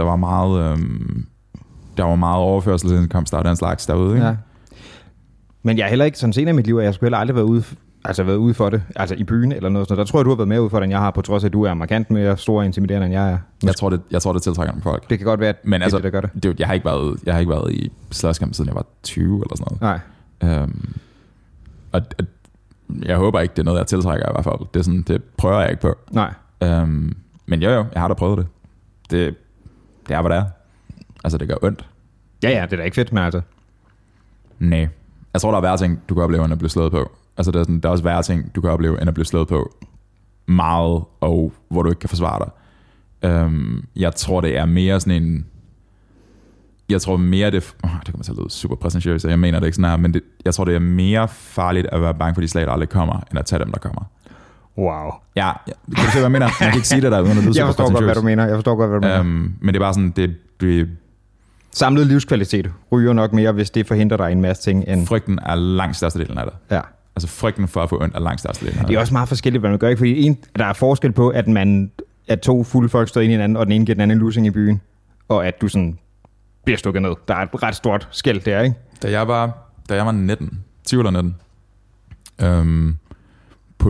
var meget overførselsindkomst af den slags derude, ikke? Ja. Men jeg er heller ikke sådan senere i mit liv, at jeg skulle heller aldrig været ude for det, altså i byen eller noget sådan. Der tror jeg, du har været mere ude for det, end jeg har, på trods af, at du er markant mere stor og intimiderende, end jeg er. Jeg tror, det tiltrækker nogle folk. Det kan godt være, at men altså, det der gør det. Jeg har ikke været i slåskamp, siden jeg var 20 eller sådan noget. Nej. Og jeg håber ikke, det er noget, jeg tiltrækker i hvert fald. Det er sådan, det prøver jeg ikke på. Nej. Men jo, jeg har da prøvet det. Det er, hvad det er. Altså, det gør ondt. Ja, det er da ikke fedt, men altså... Nej. Jeg tror, der er værre ting, du kan opleve, end at blive slået på. Altså, der er også værre ting, du kan opleve, end at blive slået på meget, og hvor du ikke kan forsvare dig. Jeg tror, det er mere sådan en... Jeg tror mere, det kommer til at lyde super præsentøst, jeg mener det ikke sådan her, men jeg tror, det er mere farligt at være bange for de slag, der aldrig kommer, end at tage dem, der kommer. Wow. Ja, kan du se, hvad jeg mener? Jeg kan ikke sige det der, uden at lyde super præsentøst. Jeg forstår godt, hvad du mener. Men det er bare sådan, det samlet livskvalitet ryger nok mere, hvis det forhindrer dig en masse ting. End... Frygten er langt størstedelen af det. Ja. Altså frygten for at få ondt er langt størstedelen af det. Det er også meget forskelligt, hvad man gør, ikke? Fordi der er forskel på, at to fulde folk står ind i hinanden, og den ene giver den anden en lussing i byen, og at du sådan bliver stukket ned. Der er et ret stort skel der, ikke? Da jeg var 19, 20 eller 19, på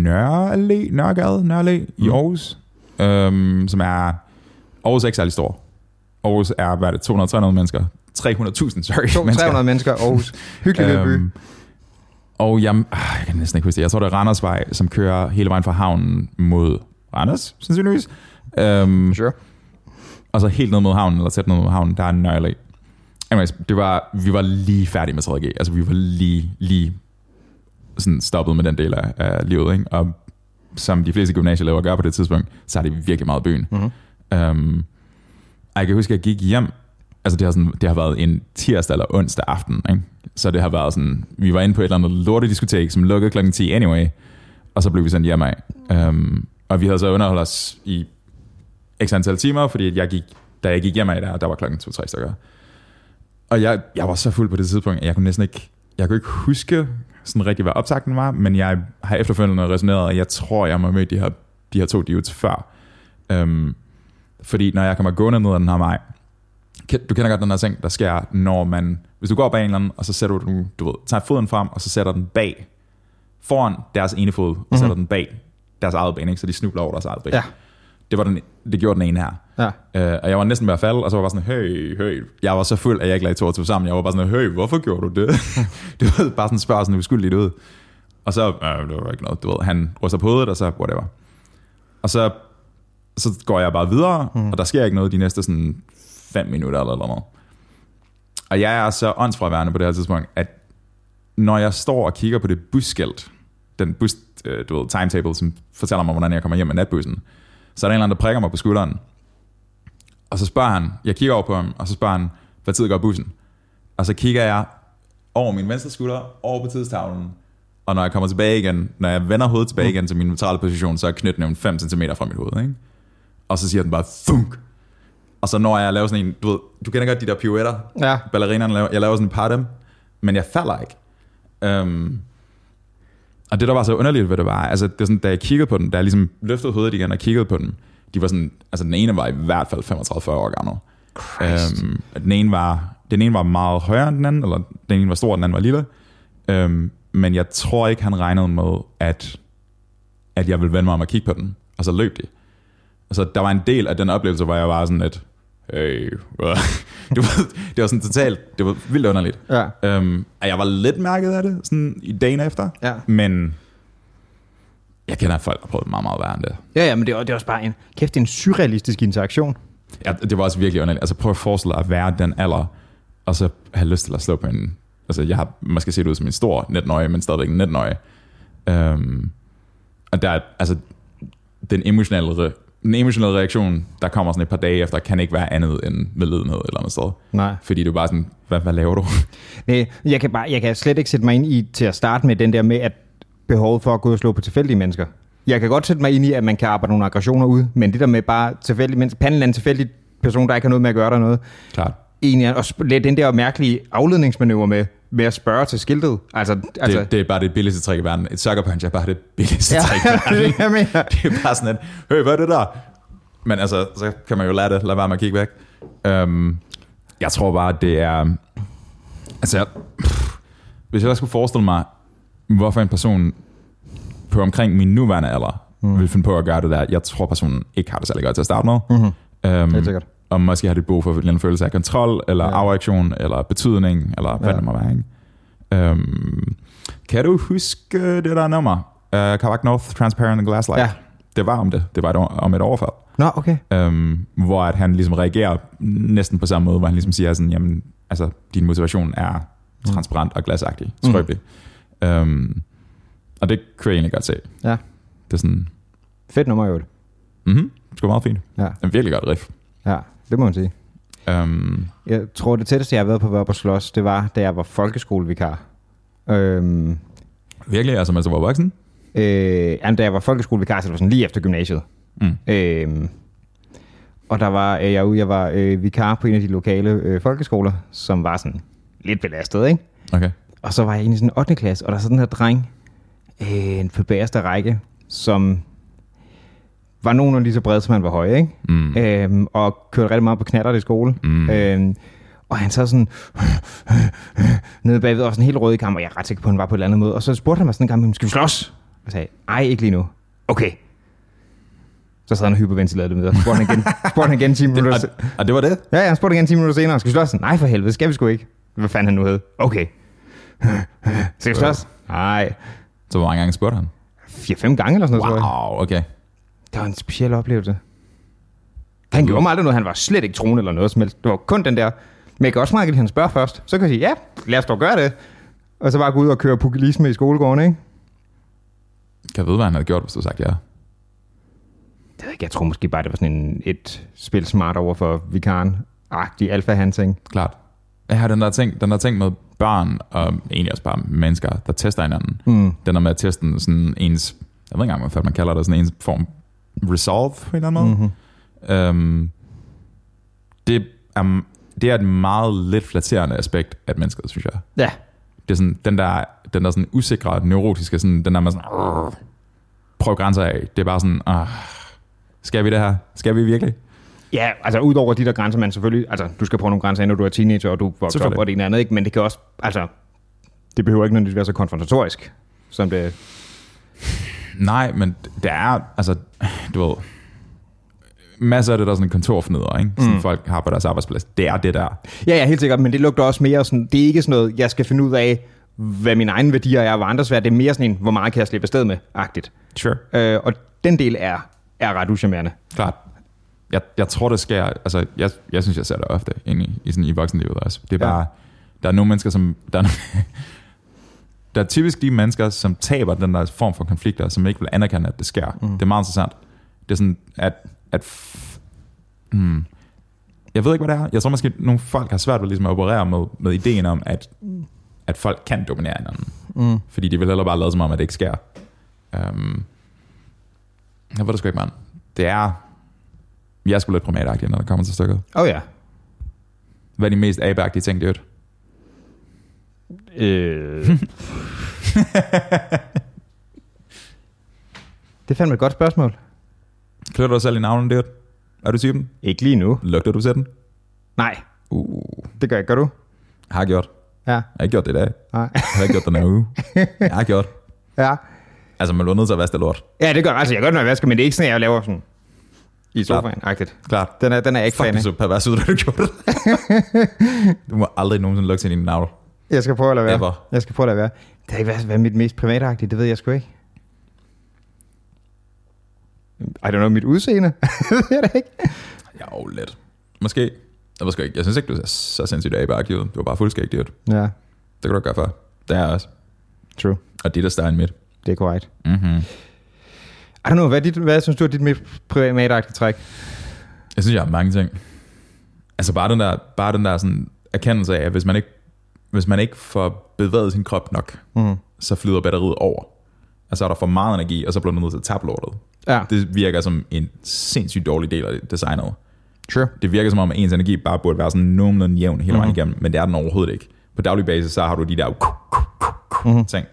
Nørregade i Aarhus, som er Aarhus er ikke særlig stor. Aarhus er, 200-300 mennesker. 300.000, sorry. 300 mennesker, Aarhus. Hyggelig by. Og jeg kan næsten ikke huske det. Jeg tror, det er Randersvej, som kører hele vejen fra havnen mod Randers, sandsynligvis. Sure. Og så helt ned mod havnen, eller tæt ned mod havnen, der er Nørre. Anyways, vi var lige færdige med 3.G. Altså, vi var lige sådan stoppet med den del af livet, ikke? Og som de fleste gymnasieelever gør på det tidspunkt, så er det virkelig meget byen. Mm-hmm. Jeg kan huske, at jeg gik hjem. Altså, det har været en tirsdag eller onsdag aften, ikke? Så det har været sådan, vi var inde på et eller andet lortediskotek, som lukkede klokken 10 anyway, og så blev vi sendt hjem af. Og vi havde så underholdt os i x antal timer, fordi da jeg gik hjem af der var klokken 2-3 stykker. Og jeg var så fuld på det tidspunkt, at jeg kunne ikke huske sådan rigtig, hvad optakten var, men jeg har efterfølgende resoneret, og jeg tror, jeg må møde de her to dudes før. Fordi når jeg kommer gående ned ad den her vej, du kender godt den her ting, der sker, når man, hvis du går bag en eller anden, og så sætter du tager foden frem, og så sætter den bag, foran deres ene fod, og sætter den bag deres eget ben, ikke? Så de snubler over deres eget ben. Ja. Det gjorde den ene her. Ja. Og jeg var næsten ved at falde, og så var jeg bare sådan, hey. Jeg var så fuld, at jeg ikke lagde 2 og 2 sammen. Jeg var bare sådan, hey, hvorfor gjorde du det? Du ved, bare sådan spørger sådan uskyldigt ud. Og så, det var ikke noget, du ved, han ryster på hovedet, og så whatever. Og så går jeg bare videre, og der sker ikke noget de næste sådan 5 minutter eller noget. Og jeg er så åndsfraværende på det her tidspunkt, at når jeg står og kigger på det busskilt, den bus, du ved, timetable, som fortæller mig, hvordan jeg kommer hjem med natbussen, så er der en eller anden, der prikker mig på skulderen. Og så spørger han, jeg kigger over på ham, og så spørger han, hvad tid går bussen? Og så kigger jeg over min venstre skulder, over på tidstavlen, og når jeg kommer tilbage igen, når jeg vender hovedet tilbage igen til min neutrale position, så er knytnæven 5 cm fra mit hoved, ikke? Og så siger den bare, thunk! Og så når jeg laver sådan en, du kender godt de der pirouetter, ja. Ballerinerne laver, jeg laver sådan et par af dem, men jeg falder ikke. Og det der var så underligt ved det var, altså det er sådan, da jeg kiggede på den, da jeg ligesom løftede hovedet igen og kiggede på den, de var sådan, altså den ene var i hvert fald 35-40 år gammel. Den ene var meget højere end den anden, eller den ene var stor, og den anden var lille. Men jeg tror ikke, han regnede med, at jeg ville vende mig om at kigge på den, og så løb de. Altså der var en del af den oplevelse, hvor jeg var sådan lidt, hey, det var sådan totalt, det var vildt underligt. Ja. Jeg var lidt mærket af det, sådan i dagen efter, men jeg kender folk, der har prøvet meget, meget værre end det. Ja, men det er også bare det er en surrealistisk interaktion. Ja, det var også virkelig underligt. Altså prøv at forestille dig at være den alder, og så have lyst til at slå på en... Altså jeg har måske set ud som en stor 19-årig, men stadigvæk en 19-årig. Og der er, altså, den emotionelle reaktion, der kommer sådan et par dage efter, kan ikke være andet end medlidenhed eller noget sted. Nej. Fordi du bare sådan, hvad laver du? Nej, jeg kan slet ikke sætte mig ind i til at starte med den der med, at behovet for at gå ud og slå på tilfældige mennesker. Jeg kan godt sætte mig ind i, at man kan arbejde nogle aggressioner ud, men det der med bare tilfældige mennesker, pande en tilfældig person, der ikke har noget med at gøre der noget. Klart. Egentlig, og den der mærkelige afledningsmanøvre med at spørge til skiltet. Altså, det er bare det billigste trick i verden. Et sucker punch er bare det billigste trick i verden. Jeg mener. Det er bare sådan et, hvad er det der? Men altså, så kan man jo lade være med at kigge væk. Jeg tror bare, at det er... Altså, hvis jeg skulle forestille mig, hvorfor en person på omkring min nuværende alder vil finde på at gøre det der, jeg tror, personen ikke har det særlig godt til at starte med. Helt sikkert. Og måske har det brug for en følelse af kontrol, eller afreaktion, eller betydning, eller hvad det må være. Ikke? Kan du huske det der nummer? Kavak North, Transparent and Glass Like? Ja. Det var om det. Det var om et overfald. Nå, okay. Hvor at han ligesom reagerer næsten på samme måde, hvor han ligesom siger sådan, jamen, altså, din motivation er transparent og glasagtig, skrøbelig. Og det kunne jeg egentlig godt se. Ja. Det er sådan... Fedt nummer, jo. Det var meget fint. Ja. En virkelig godt riff. Ja, det må man sige. Jeg tror, det tætteste, jeg har været på at være på slås, det var, da jeg var folkeskolevikar. Virkelig? Altså, mens du var voksen? Da jeg var folkeskolevikar, så det var sådan lige efter gymnasiet. Og der var jeg var vikar på en af de lokale folkeskoler, som var sådan lidt belastet, ikke? Okay. Og så var jeg inde i sådan en 8. klasse, og der er sådan den her dreng, en på bagerste række, som var nogenlunde lige så bred, som han var høj, ikke? Og kørte rigtig meget på knatter i skole. Og han så sådan nede bagved, og sådan helt rød i kamp, og jeg er ret sikker på, at han var på et eller andet måde. Og så spurgte han mig sådan en gang, skal vi slås? Og jeg sagde, ej, ikke lige nu. Okay. Så sad han og hyperventilerede det med, og spurgte han igen 10 minutter. Og det var det? Ja, han spurgte igen 10 minutter senere, skal vi slås? Nej, for helvede, skal vi sgu ikke. Hvad fanden han nu hed? Okay. Skal vi slås? Nej. Så hvor mange gange spurgte han? 4-5 gange eller sådan noget. Wow, okay. Det var en speciel oplevelse. Han gjorde mig aldrig noget, han var slet ikke troende eller noget som helst. Det var kun den der, men jeg kan også meget, at han spørger først. Så kan jeg sige, ja, lad os dog gøre det. Og så bare gå ud og køre pugilisme i skolegården, ikke? Kan jeg vide, hvad han havde gjort, hvis du havde sagt ja? Det ved ikke, jeg tror måske bare, det var sådan et spil smart over for vikaren-agtig alfa-han-ting. Klart. Jeg har den der ting med børn, og egentlig også bare mennesker, der tester hinanden. Den der med at teste sådan ens, jeg ved ikke engang, hvad man kalder det, sådan en form resolve på en eller anden måde. Det er et meget lidt flatterende aspekt af mennesket, synes jeg. Ja. Det er sådan, den der sådan usikre, neurotiske, sådan, den der med sådan, prøv grænser af. Det er bare sådan, skal vi det her? Skal vi virkelig? Ja, altså udover de der grænser, man selvfølgelig, altså du skal prøve nogle grænser, når du er teenager, og du vokser op og det ene andet, ikke? Men det kan også, altså, det behøver ikke nødvendigvis være så konfrontatorisk, som det... Nej, men det er, altså, du ved, masser af det der sådan en kontorfnidder, ikke? Sådan folk har på deres arbejdsplads. Det er det der. Ja, helt sikkert, men det lugter også mere sådan, det er ikke sådan noget, jeg skal finde ud af, hvad mine egne værdier er, og hvad andres værd. Det er mere sådan en, hvor meget kan jeg slippe afsted med, agtigt. Sure. Og den del er ret uschammerende. Klart. Jeg tror, det sker, altså, jeg synes, jeg ser det ofte i voksenlivet også. Det er bare, der er nogle mennesker, som, der er typisk de mennesker, som taber den der form for konflikter, som ikke vil anerkende, at det sker. Det er meget interessant. Det er sådan, jeg ved ikke, hvad det er. Jeg tror måske, nogle folk har svært ved ligesom at operere med ideen om, at folk kan dominere hinanden. Fordi de vil heller bare lade som om, at det ikke sker. Jeg ved det sgu ikke, mand. Det er... Jeg er sgu lidt primatagtig, når det kommer til stykket. Ja. Hvad er de mest abeagtige ting, det er? Det er fandme et godt spørgsmål. Klør du dig selv i navnet, det? Er du typen? Ikke lige nu. Lugter du til den? Nej. Det gør jeg. Gør du? Har gjort. Ja. Jeg har ikke gjort det i dag. Nej. Jeg har ikke gjort det nu. Jeg har gjort. Ja. Altså, man bliver nødt til at vaske det lort. Ja, det gør altså. Jeg gør det, når jeg vasker, men det er ikke sådan, jeg laver sådan... I sofaen-agtigt. Klart. Den er jeg ikke fan af. Fuck, så pervers ud, da du gjorde det. Du må aldrig nogensinde lukke til din navle. Jeg skal prøve at lade være. Ever. Jeg skal prøve at lade være. Det har ikke været mit mest privatagtige, det ved jeg sgu ikke. I don't know, mit udseende. Det ved jeg ikke. Jo, let. Måske. Jeg ved sgu ikke. Jeg synes ikke, du er så sindssygt af-agtigt. Du var bare fuldskægt, det. Ja. Det kan du gøre for. Det er jeg også. True. Og dit er større end mit. Det er korrekt. Mhm. I don't know, hvad synes du er dit mest privatagtige træk? Jeg synes, jeg har mange ting. Altså bare den der sådan erkendelse af, at hvis man ikke får bevæget sin krop nok, så flyder batteriet over. Altså er der for meget energi, og så bliver man nødt til at tabe lortet. Ja. Det virker som en sindssygt dårlig del af designet. Sure. Det virker som om, at ens energi bare burde være sådan nogenlunde jævn hele vejen igennem, men det er den overhovedet ikke. På daglig basis, så har du de der ting.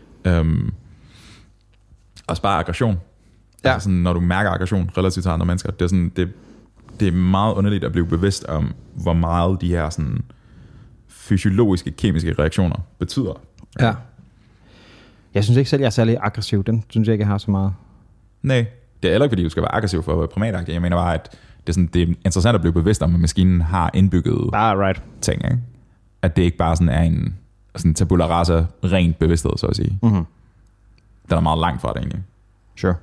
Og bare aggression. Ja. Altså sådan, når du mærker aggression relativt til andre mennesker, det er sådan, det er meget underligt at blive bevidst om, hvor meget de her sådan fysiologiske, kemiske reaktioner betyder. Ja. Jeg synes ikke selv, jeg er særlig aggressiv. Den synes jeg ikke, jeg har så meget. Nej, det er heller ikke, fordi du skal være aggressiv for at være privatagtig. Jeg mener bare, at det er interessant at blive bevidst om, at maskinen har indbygget ting. Ikke? At det ikke bare sådan er en sådan tabula rasa, rent bevidsthed, så at sige. Mm-hmm. Den er meget langt fra det egentlig. Sure.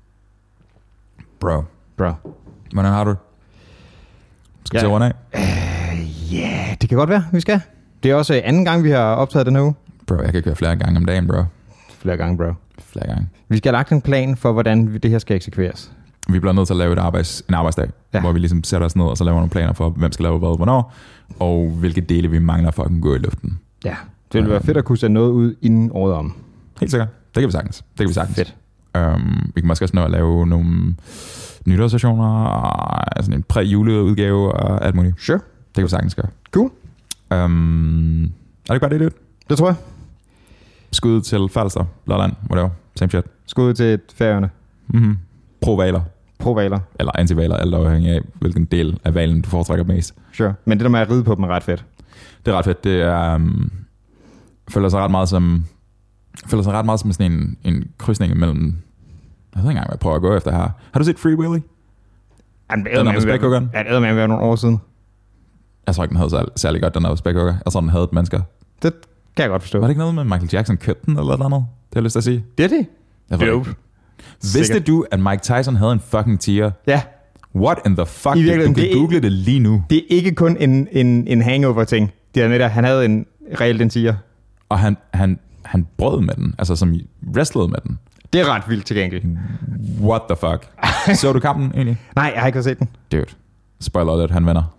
Bro. Hvordan har du det? Skal vi se rundt af? Ja, det kan godt være, vi skal. Det er også anden gang, vi har optaget den her uge. Bro, jeg kan køre flere gange om dagen, bro. Flere gange. Vi skal have lagt en plan for, hvordan det her skal eksekveres. Vi bliver nødt til at lave en arbejdsdag, hvor vi ligesom sætter os ned og så laver nogle planer for, hvem skal lave hvad, hvornår, og hvilke dele vi mangler for at kunne gå i luften. Ja, det ville være fedt at kunne sætte noget ud inden året om. Helt sikkert. Det kan vi sagtens. Fedt. Vi kan måske også nå at lave nogle nytårssessioner, altså en præ-juleudgave og alt muligt. Sure. Det kan vi sagtens gøre. Cool. Er det bare det? Det tror jeg. Skud til Falster, Lolland, whatever. Same shit. Skud til Færøerne. Mhm. Pro-valer. Eller anti-valer, alt afhængig af, hvilken del af valen du foretrækker mest. Sure. Men det der med at ride på dem er ret fedt. Det er ret fedt. Det er... føler sig ret meget som sådan en krydsning mellem... Jeg ved ikke engang, hvad jeg prøver at gå efter her. Har du set Free Willy? Den er med spækhuggeren. Ja, det er med at være nogle år siden. Jeg tror ikke, den havde særlig godt, den der spækhugger. Jeg tror, den havde mennesker. Det kan jeg godt forstå. Var det ikke noget med Michael Jackson købte den, eller noget? Det har jeg lyst til at sige. Det er det? Dope. Vidste du, at Mike Tyson havde en fucking tiger? Ja. What in the fuck? Du kan google det lige nu. Det er ikke kun en hangover-ting. Det er med der, han havde reelt en tiger. Og han brød med den, altså som wrestlede med den. Det er ret vildt tilgængeligt. What the fuck? Så du kampen egentlig? Nej, jeg har ikke set den. Dude. Spoiler alert, han vinder.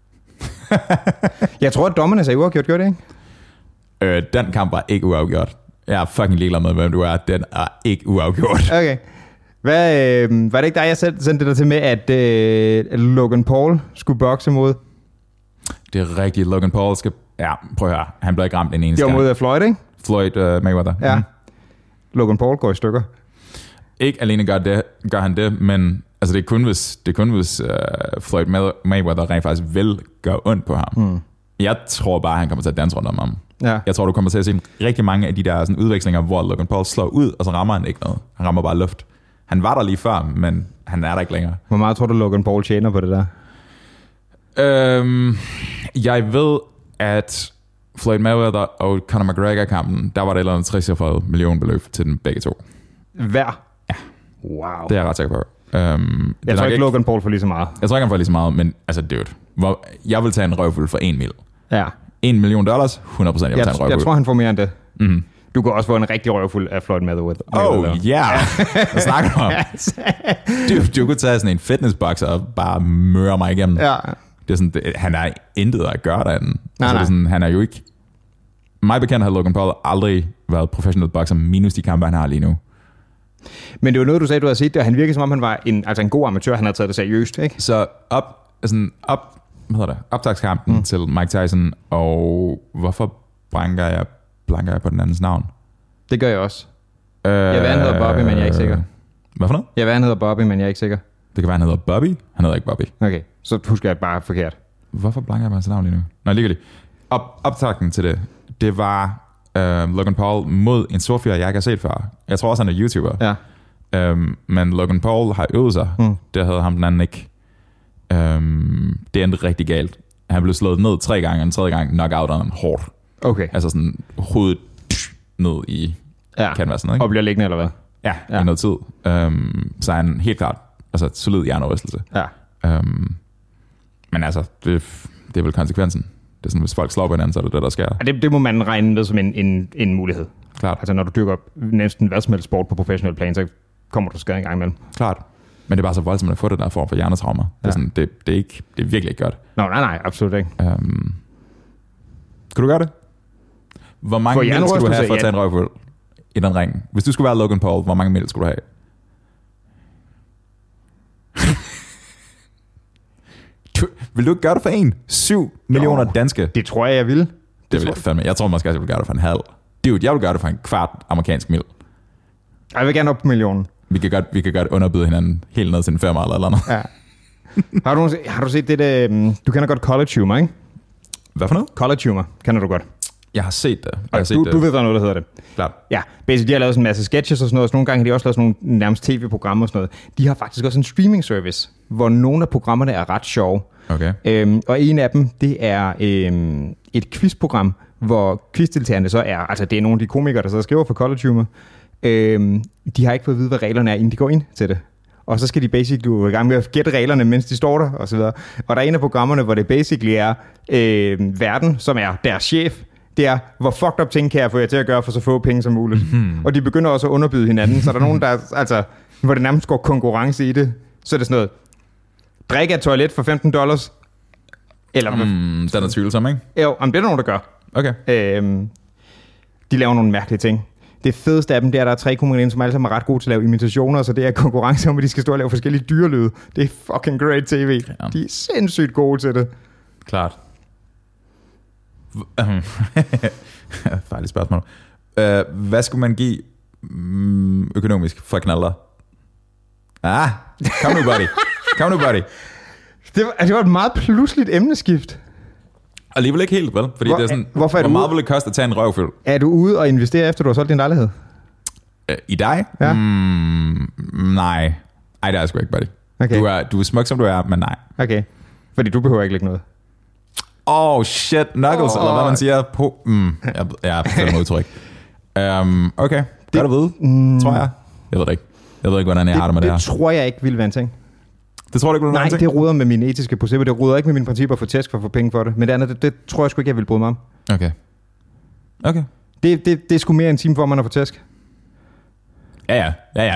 Jeg tror, at dommerne sagde uafgjort, gjorde det ikke? Den kamp var ikke uafgjort. Jeg er fucking ligeglad med, hvem du er. Den er ikke uafgjort. Okay. Var det ikke dig, jeg sendte dig til med, at Logan Paul skulle bokse mod? Det er rigtigt. Logan Paul skal... Ja, prøv at høre. Han blev ikke ramt en eneste gang. Det var mod Floyd, ikke? Floyd Mayweather. Ja. Logan Paul går i stykker. Ikke alene gør han det, men altså det er kun hvis Floyd Mayweather rent faktisk vil gøre ondt på ham. Jeg tror bare, han kommer til at danse rundt om ham. Ja. Jeg tror, du kommer til at se rigtig mange af de der sådan, udvekslinger, hvor Logan Paul slår ud, og så rammer han ikke noget. Han rammer bare luft. Han var der lige før, men han er der ikke længere. Hvor meget tror du, Logan Paul tjener på det der? Jeg ved, at Floyd Mayweather og Conor McGregor-kampen, der var der et eller andet 60 millionbeløb til dem begge to. Hver? Ja. Wow. Det er jeg ret sikker på. Jeg tror ikke, Logan Paul får lige så meget. Jeg tror ikke, han får lige så meget, men altså, dude. Jeg vil tage en røvfuld for 1 mil. Ja. $1 million, 100% jeg vil tage en røvfuld. Jeg tror, han får mere end det. Mm-hmm. Du kan også få en rigtig røvfuld af Floyd Mayweather. Oh, yeah. Hvad snakker du om? Du kunne tage sådan en fitnessboxer og bare møre mig igennem. Ja. Det er sådan, han er intet at gøre derinde. Nej. Det er sådan, han er jo ikke... Mig bekendt har Logan Paul aldrig været professionel boxer, minus de kampe, han har lige nu. Men det var noget, du sagde, du havde set det, og han virkede som om, han var en god amatør, han havde taget det seriøst, ikke? Så optagskampen til Mike Tyson, og hvorfor blanker jeg på den andens navn? Det gør jeg også. Jeg vil han hedder Bobby, men jeg er ikke sikker. Hvad for noget? Jeg vil han hedder Bobby, men jeg er ikke sikker. Det kan være, han hedder Bobby. Han hedder ikke Bobby. Okay, så husker jeg bare forkert. Hvorfor blanker jeg på hans navn lige nu? Nå, ligegyldigt. Optakten til det var Logan Paul mod en sort fyr, jeg ikke har set før. Jeg tror også, han er YouTuber. Ja. Men Logan Paul har øvet sig. Det havde ham den anden ikke. Det endte rigtig galt. Han blev slået ned 3 gange, og den 3. gang knockouteren hårdt. Okay. Altså sådan hovedet ned i canvasen, ikke? Og bliver liggende, eller hvad? Ja, i noget tid. Så er han helt klart altså solid hjernerystelse. Ja. Men altså, det er vel konsekvensen. Det er sådan, hvis folk slår på hinanden, så er det det, der sker. Ja, det må man regne med som en mulighed. Klart. Altså, når du dyrker næsten hvad som helst sport på professionel plan, så kommer du skade en gang imellem. Klart. Men det er bare så voldsomt at få det der form for hjernetraumer. Ja. Det er virkelig ikke godt. Nej, absolut ikke. Kan du gøre det? Hvor mange mil skulle du have for at tage en røvfuld i den ring? Hvis du skulle være Logan Paul, hvor mange mil skulle du have? Vil du ikke gøre det for 7 millioner danske? Det tror jeg vil. Det vil jeg fandme. Jeg tror måske, jeg vil gøre det for en halv. Dude, jeg vil gøre det for en kvart amerikansk mil. Jeg vil gerne op på millionen. Vi kan godt underbyde hinanden helt ned til en 5 eller noget. Ja. Har du set det der, du kender godt College Humor, ikke? Hvad for noget? College Humor, kender du godt. Jeg har set det. Du ved, der er noget, der hedder det. Klart. Ja, basically, de har lavet sådan en masse sketches og sådan noget, og så nogle gange har de også lavet sådan nogle nærmest tv-programmer og sådan noget. De har faktisk også en streaming service, hvor nogle af programmerne er ret sjove. Okay. Og en af dem, det er et quizprogram, hvor quizdeltagerne så er, altså det er nogle af de komikere, der så skriver for College Humor. De har ikke fået at vide, hvad reglerne er, inden de går ind til det. Og så skal de basically gå i gang med at gætte reglerne, mens de står der, og så videre. Og der er en af programmerne, hvor det basically er verden, som er deres chef. Det er, hvor fucked up ting kan jeg få jer til at gøre for så få penge som muligt. Og de begynder også at underbyde hinanden, så der er nogen, der altså, hvor det nærmest går konkurrence i det. Så er det sådan noget, drik af et toilet for $15. Eller den er tvivlsom, ikke? Jo, det er der nogen, der gør. Okay. De laver nogle mærkelige ting. Det fedeste af dem, det er, der er 3 komikere, som alle sammen er ret gode til at lave imitationer, så det er konkurrence om, at de skal stå og lave forskellige dyrelyde. Det er fucking great tv. Ja. De er sindssygt gode til det. Klart. Fejligt spørgsmål. Hvad skulle man give økonomisk for knaller? Kom nu, buddy. Det var et meget pludseligt emneskift. Alligevel ikke helt, vel? Fordi det er sådan, hvor meget vil det koste at tage en røvfuld? Er du ude og investere, efter du har solgt din lejlighed? I dig? Ja. Nej. Ej, det er sgu ikke, buddy. Okay. Du er smuk, som du er, men nej. Okay. Fordi du behøver ikke lægge noget. Shit, knuckles, eller hvad man siger på... Jeg er på udtryk. Okay, det er du ved, tror jeg. Jeg ved det ikke. Jeg ved ikke, hvordan jeg har det med det her. Det tror jeg ikke ville være en ting. Det tror du ikke ville være en ting? Nej, det ruder med mine etiske principper. Det ruder ikke med mine principper for tæsk for at få penge for det. Men det andet, det tror jeg sgu ikke, jeg vil bryde mig om. Okay. Det er sgu mere en time for, man har fået tæsk. Ja,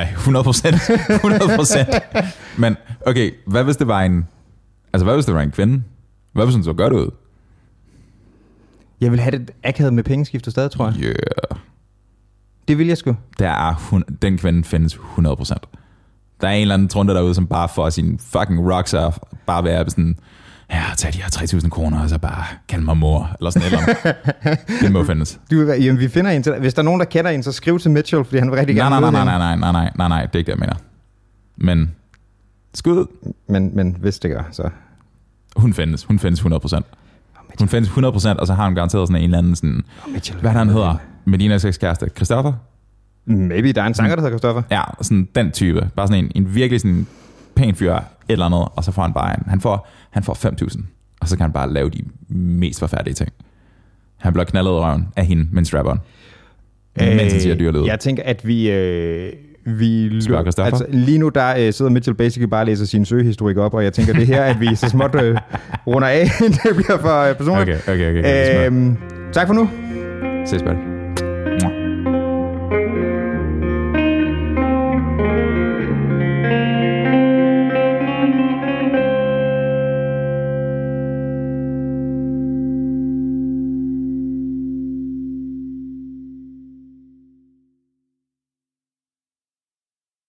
100%. Men okay, hvad hvis det var en... Altså, hvad hvis det var en kvinde? Hvad hvis hun så godt ud? Jeg vil have det akavet med pengeskiftet stadig, tror jeg. Yeah. Det vil jeg sgu. Den kvinde findes 100%. Der er en eller anden trunde derude, som bare får sin fucking rockstar, bare være sådan, tag de her 3.000 kroner, og så bare kald mig mor, eller sådan eller andet. Det må findes. Jamen, vi finder en til. Hvis der er nogen, der kender en, så skriv til Mitchell, fordi han vil rigtig gerne møde Nej, det er ikke det, jeg mener. Men, skud. Men hvis det gør, så... Hun findes 100%. Hun findes 100%, og så har hun garanteret sådan en eller anden sådan... Hvad han hedder? Medinas ekskæreste. Christoffer? Maybe, der er en sanger, der hedder Christoffer. Ja, sådan den type. Bare sådan en virkelig sådan pæn fyr, et eller andet, og så får han bare han får 5.000, og så kan han bare lave de mest forfærdelige ting. Han bliver knaldet i røven af hende med en strap-on. Mens han siger dyrlyd. Jeg tænker, at vi spørger Christoffer. Altså, lige nu der sidder Mitchell basically bare og læser sin søgehistorik op, og jeg tænker, det her, at vi så småt runder af, det bliver for personligt. Okay. Tak for nu. Ses, buddy.